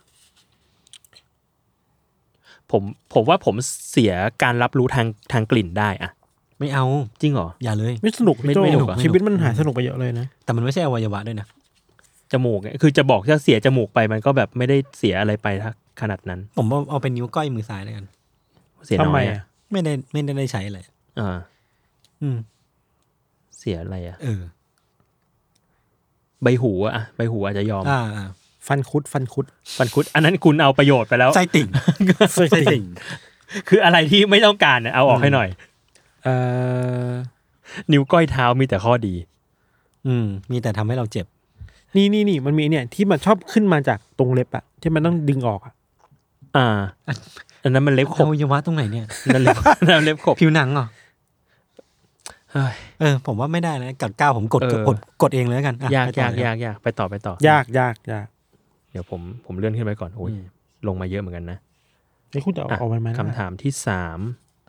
ผมผมว่าผมเสียการรับรู้ทางทางกลิ่นได้อะไม่เอาจริงเหรออย่าเลยไม่สนุกไม่สนุกชีวิตมันหายสนุกไปเยอะเลยนะแต่มันไม่ใช่อวัยวะด้วยนะจมูกคือจะบอกถ้าเสียจมูกไปมันก็แบบไม่ได้เสียอะไรไปขนาดนั้นผมเอาเอาเป็นนิ้วก้อยมือซ้ายแล้วกันเสียน้อยอ่ะไม่ได้ไม่ได้ใช้อะไรอ่าอืมเสียอะไรอ่ะเออใบหูอ่ะใบหูอาจจะยอมอ่าฟันคุดฟันคุดฟันคุดอันนั้นคุณเอาประโยชน์ไปแล้วไส้ติ่งไส้ติ่งคืออะไรที่ไม่ต้องการเอาออกให้หน่อยเอ่อนิ้วก้อยเท้ามีแต่ข้อดีอืมมีแต่ทำให้เราเจ็บนี่นี่นี่มันมีเนี่ยที่มันชอบขึ้นมาจากตรงเล็บอะที่มันต้องดึงออกอะอ่าอันนั้นมันเล็บขบอวัยวะตรงไหนเนี่ยนั่นเล็บนั่นเล็บขบผิวหนังเหรอเออผมว่าไม่ได้นะกัดก้าวผมกดกดกดเองเลยกันยากยากยากยากไปต่อไปต่อยากยากยากเดี๋ยวผมผมเลื่อนขึ้นไปก่อนโอ้ยลงมาเยอะเหมือนกันนะนี่คุณจะเอาเอามาคำถามที่สาม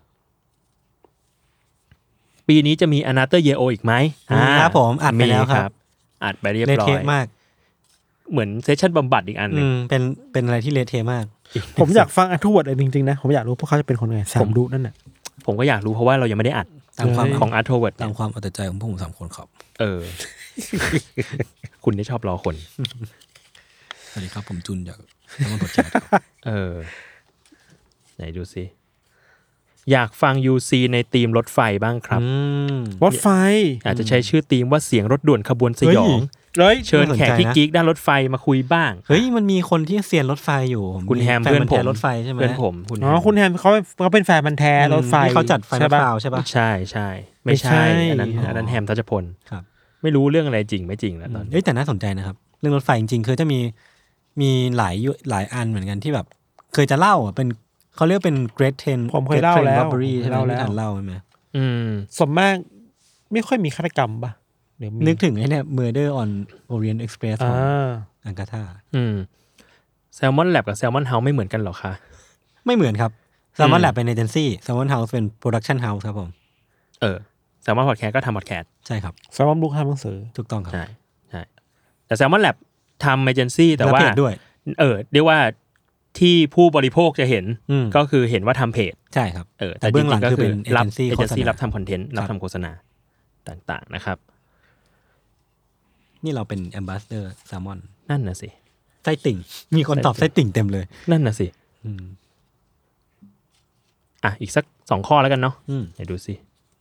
ปีนี้จะมี Another Year O อีกไหมครับผมอัดไปแล้วครับอัดไปเรียบร้อยเลเทมากเหมือนเซสชั่นบำบัดอีกอันนึงเป็นเป็นอะไรที่เลเทมากผมอยากฟังอัธวัตจริงๆนะผมอยากรู้พวกเขาจะเป็นคนไงสามดูนั่นน่ะผมก็อยากรู้เพราะว่าเรายังไม่ได้อัดตามความของอัธวัตตามความเอาแต่ใจของพวกผมสามคนครับเออคุณได้ชอบรอคนสวัสดีครับผมจุนอยากมาบทแชทเออไหนดูสิอยากฟัง ยู ซี ในธีมรถไฟบ้างครับรถไฟอาจจะใช้ชื่อธีมว่าเสียงรถด่วนขบวนสยองเชิญแขกที่กิ๊กด้านรถไฟมาคุยบ้างเฮ้ยมันมีคนที่เซียนรถไฟอยู่คุณแฮมเพื่อนผมรถไฟใช่ไหมเพื่อนผมอ๋อคุณแฮมเขาเขาเป็นแฟนมันแท้รถไฟเขาจัดไฟฟ้าใช่ปะใช่ใช่ไม่ใช่อันนั้นอันนั้นแฮมทัชพลครับไม่รู้เรื่องอะไรจริงไม่จริงแล้วตอนเอ้ยแต่น่าสนใจนะครับเรื่องรถไฟจริงๆคือจะมีมีหลายหลายอันเหมือนกันที่แบบเคยจะเล่าอ่ะเป็นเขาเรียกเป็น Great Ten ผมเคยเล่าแล้วใช่ไหมไม่ทันเล่าใช่ไหมอืมสมมากไม่ค่อยมีฆาตกรรมป่ะนึกถึงไอ้เนี่ย Murder on Orient Express ของอังกาธาอืม Salmon Lab กับ Salmon House ไม่เหมือนกันหรอคะไม่เหมือนครับ Salmon Lab เป็นเอเจนซี่ Salmon House เป็น Production House ครับผมเออ Salmon Podcast ก็ทำ Podcast ใช่ครับ Salmon Book ทำหนังสือถูกต้องครับใช่ใช่แต่ Salmon Lab ทำเอเจนซี่แต่ว่าเออเรียกว่าที่ผู้บริโภคจะเห็นก็คือเห็นว่าทำเพจใช่ครับเออแต่เบื้องหลังคือเป็นเอเจนซี่รับทำคอนเทนต์รับทำโฆษณาต่างๆนะครับนี่เราเป็นแอมบาสเดอร์แซลมอนนั่นน่ะสิไส้ติ่งมีคนตอบไส้ติ่งเต็มเลยนั่นน่ะสิอ่ะอีกสักสองข้อแล้วกันเนาะเดี๋ยวดูสิ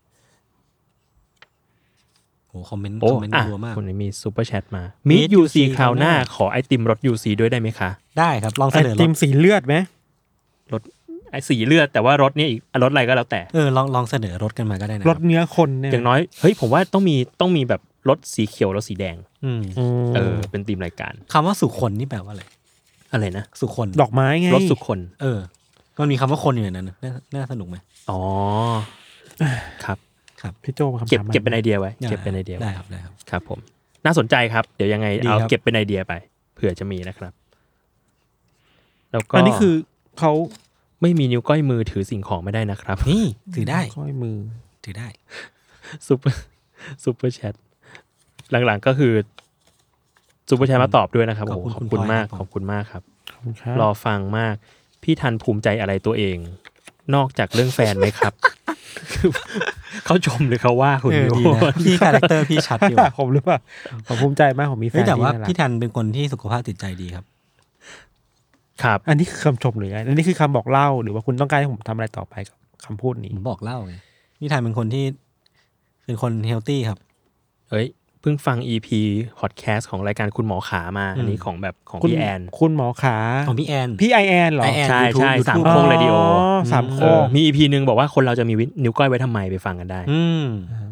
โอ้คอมเมนต์คอมเมนต์รัวมากคนนี้มีซุปเปอร์แชทมามี ยู ซี คราวหน้าขอไอติมรส ยู ซี ด้วยได้ไหมคะได้ครับลองเสนอไอติมสีเลือดไหมรสไอสีเลือดแต่ว่ารสนี่อีกรสอะไรก็แล้วแต่เออลองลองเสนอรสกันมาก็ได้นะรสเนื้อคนเนี่ยอย่างน้อยเฮ้ยผมว่าต้องมีต้องมีแบบรสสีเขียวรสสีแดงเออเป็นธีมรายการคำว่าสุคนนี่แปลว่าอะไรอะไรนะสุคนดอกไม้ไงรสสุคนเออมันมีคำว่าคนอยู่ในนั้นน่าสนุกไหมอ๋อครับครับพี่โจเก็บเก็บเป็นไอเดียไว้เก็บเป็นไอเดียได้ครับได้ครับครับผมน่าสนใจครับเดี๋ยวยังไงเอาเก็บเป็นไอเดียไปเผื่อจะมีนะครับแล้วก็อันนี้คือเขาไม่มีนิ้วก้อยมือถือสิ่งของไม่ได้นะครับนี่ถือได้ก้อยมือถือได้ซุปเปอร์ซุปเปอร์แชทหลังๆก็คือซุปเปอร์แชทมาตอบด้วยนะครับโอ้ขอบคุณมากขอบคุณมากครับรอฟังมากพี่ทันภูมิใจอะไรตัวเองนอกจากเรื่องแฟนไหมครับเขาชมหรือเขาว่าคุณพี่คาแรคเตอร์พี่ชัดอยู่ผมหรือเปล่าผมภูมิใจมากผมมีแฟนแต่ว่าพี่ทันเป็นคนที่สุขภาพจิตใจดีครับครับอันนี้คือคำชมหรือไงอันนี้คือคำบอกเล่าหรือว่าคุณต้องการให้ผมทำอะไรต่อไปกับคำพูดนี้ผมบอกเล่าไงพี่ทันเป็นคนที่เป็นคนเฮลตี้ครับเฮ้ยเพิ่งฟัง อี พี podcast ของรายการคุณหมอขามาอันนี้ของแบบของพี่แอนคุณหมอขาของพี่แอนพี่ไอแอนเหรอใช่ใช่สามโค้งเรดิโอสามโค้งมี อี พี นึงบอกว่าคนเราจะมีนิ้วก้อยไว้ทำไมไปฟังกันได้อืม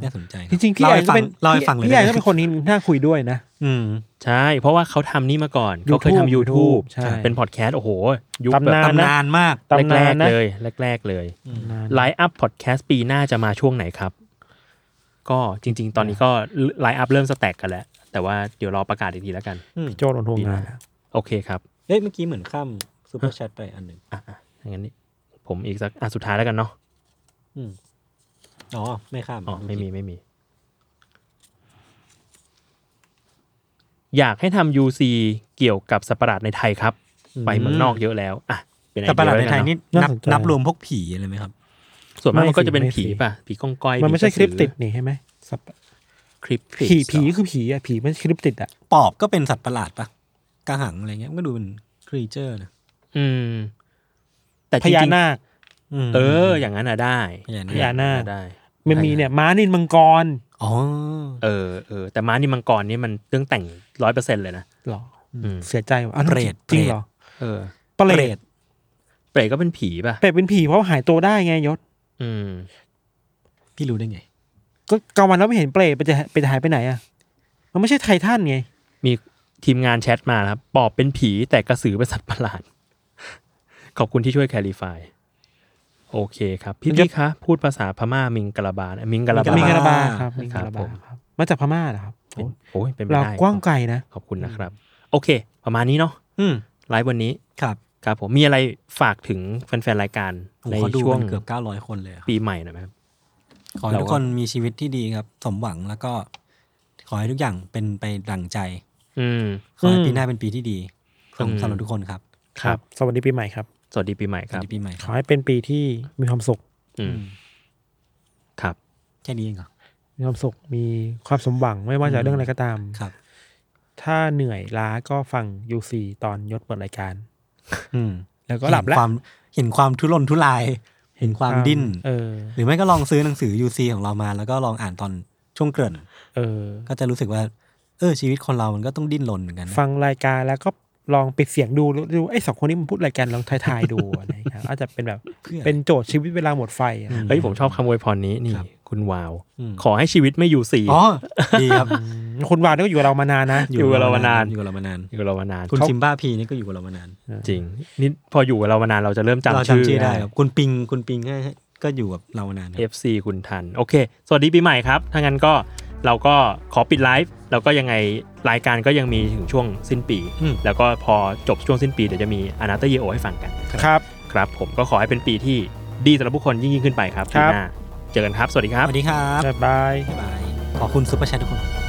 น่าสนใจจริงๆพี่ใหญ่ก็เป็นเล่าให้ฟังเลยพี่ใหญ่ก็เป็นคนนี้น่าคุยด้วยนะอืมใช่เพราะว่าเขาทำนี่มาก่อนเขาเคยทำ YouTube เป็นพอดแคสต์โอ้โหยุคแบบตำนานมากแรกๆเลยแรกๆเลยไลฟ์อัพพอดแคสต์ปีหน้าจะมาช่วงไหนครับก็จริงๆตอนนี้ก็ไลฟ์อัพเริ่มสแต็กกันแล้วแต่ว่าเดี๋ยวรอประกาศอีกทีแล้วกันโจโดนทวงงานโอเคครับเอ้ยเมื่อกี้เหมือนข้ามซุปเปอร์แชทไปอันหนึ่งอ่ะอย่างนั้นนี่ผมอีกสักอ่ะสุดท้ายแล้วกันเนาะอืมอ๋อไม่ข้ามอ๋อไม่มีไม่มีอยากให้ทำ ยู ซี เกี่ยวกับสัตว์ประหลาดในไทยครับไปเมืองนอกเยอะแล้วอ่ะเป็นสัตว์ประหลาดในไทยนี่นับนับรวมพวกผีอะไรไหมครับส่วนมากมันก็จะเป็นผีป่ะผีก้องก้อยมันไม่ใช่คลิปติดนี่ใช่ไหมคลิปผีผีคือผีอ่ะผีไม่ใช่คลิปติดอ่ะปอบก็เป็นสัตว์ประหลาดป่ะกระหังอะไรเงี้ยมันก็ดูเป็นครีเจอร์นะอืมแต่พญานาคเอออย่างนั้นอ่ะได้พญานาคได้มันมีเนี่ยม้านิลมังกรอ๋อเออเออแต่ม้านิลมังกรนี่มันเรื่องแต่ง ร้อยเปอร์เซ็นต์ เลยนะหรอเสียใจว่ะเปรตจริงเหรอเออเปรตเปรตก็เป็นผีป่ะเปรตเป็นผีเพราะหายตัวได้ไงยศอืมพี่รู้ได้ไงก็กลางวันเราไม่เห็นเปรตไปจะไปหายไปไหนอ่ะมันไม่ใช่ไททันไงมีทีมงานแชทมาครับปอบเป็นผีแต่กระสือเป็นสัตว์ประหลาดขอบคุณที่ช่วยแคลิฟายโอเคครับพี่พี่คะพูดภาษาพม่ามิงกะลาบามิงกะลาบามิงกะลาบาครับมิงกะลาบาครับมาจากพม่าเหรอครับโอ้ยเป็นไปได้เรากว้างไกลนะขอบคุณนะครับโอเคประมาณนี้เนาะไลฟ์วันนี้ครับครับผมมีอะไรฝากถึงแฟนๆรายการในช่วงเกือบเก้าร้อยคนเลยปีใหม่หน่อยมั้ยครับขอให้ทุกคนมีชีวิตที่ดีครับสมหวังแล้วก็ขอให้ทุกอย่างเป็นไปดั่งใจอืมขอให้ปีหน้าเป็นปีที่ดีสำหรับทุกคนครับครับสวัสดีปีใหม่ครับสวัสดีปีใหม่ครับสวัสดีปีใหม่ขอให้เป็นปีที่มีความสุขอืมครับแค่นี้เองเหรอมีความสุขมีความสมหวังไม่ว่าจะเรื่องอะไรก็ตามครับถ้าเหนื่อยล้าก็ฟัง ยู ซี ตอนยศเปิดรายการอืมแล้วก็หลับแล้วความเห็นความทุรนทุรายเห็นความดิ้นเออหรือไม่ก็ลองซื้อหนังสือ ยู ซี ของเรามาแล้วก็ลองอ่านตอนช่วงเกริ่นเออก็จะรู้สึกว่าเออชีวิตคนเรามันก็ต้องดิ้นรนเหมือนกันฟังรายการแล้วก็ลองปิดเสียงดูดูไอ้สองคนนี้มันพูดอะไรกันลองทายๆดูอะไรครับอาจจะเป็นแบบเป็นโจทย์ชีวิตเวลาหมดไฟเฮ้ยผมชอบคำอวยพรนี้นี่คุณวาวขอให้ชีวิตไม่อยู่สี่อ๋อดีครับคุณวาวนี่ก็อยู่กับเรามานานนะอยู่กับเรามานานอยู่กับเรามานานอยู่กับเรามานานคุณซิมบ้าพีนี่ก็อยู่กับเรามานานจริงนี่พออยู่กับเรามานานเราจะเริ่มจำชื่อได้ครับคุณปิงคุณปิงก็อยู่กับเรามานานเอฟ ซี คุณทันโอเคสวัสดีปีใหม่ครับถ้างั้นก็เราก็ขอปิดไลฟ์แล้วก็ยังไงรายการก็ยังมีถึงช่วงสิ้นปีแล้วก็พอจบช่วงสิ้นปีเดี๋ยวจะมี Another Year ให้ฟังกันครับครับผมก็ขอให้เป็นปีที่ดีสำหรับผู้คนยิ่งๆขึ้นไปครับปีหน้าเจอกันครับสวัสดีครับสวัสดีครับบ๊ายบายขอบคุณซุปเปอร์แชททุกคน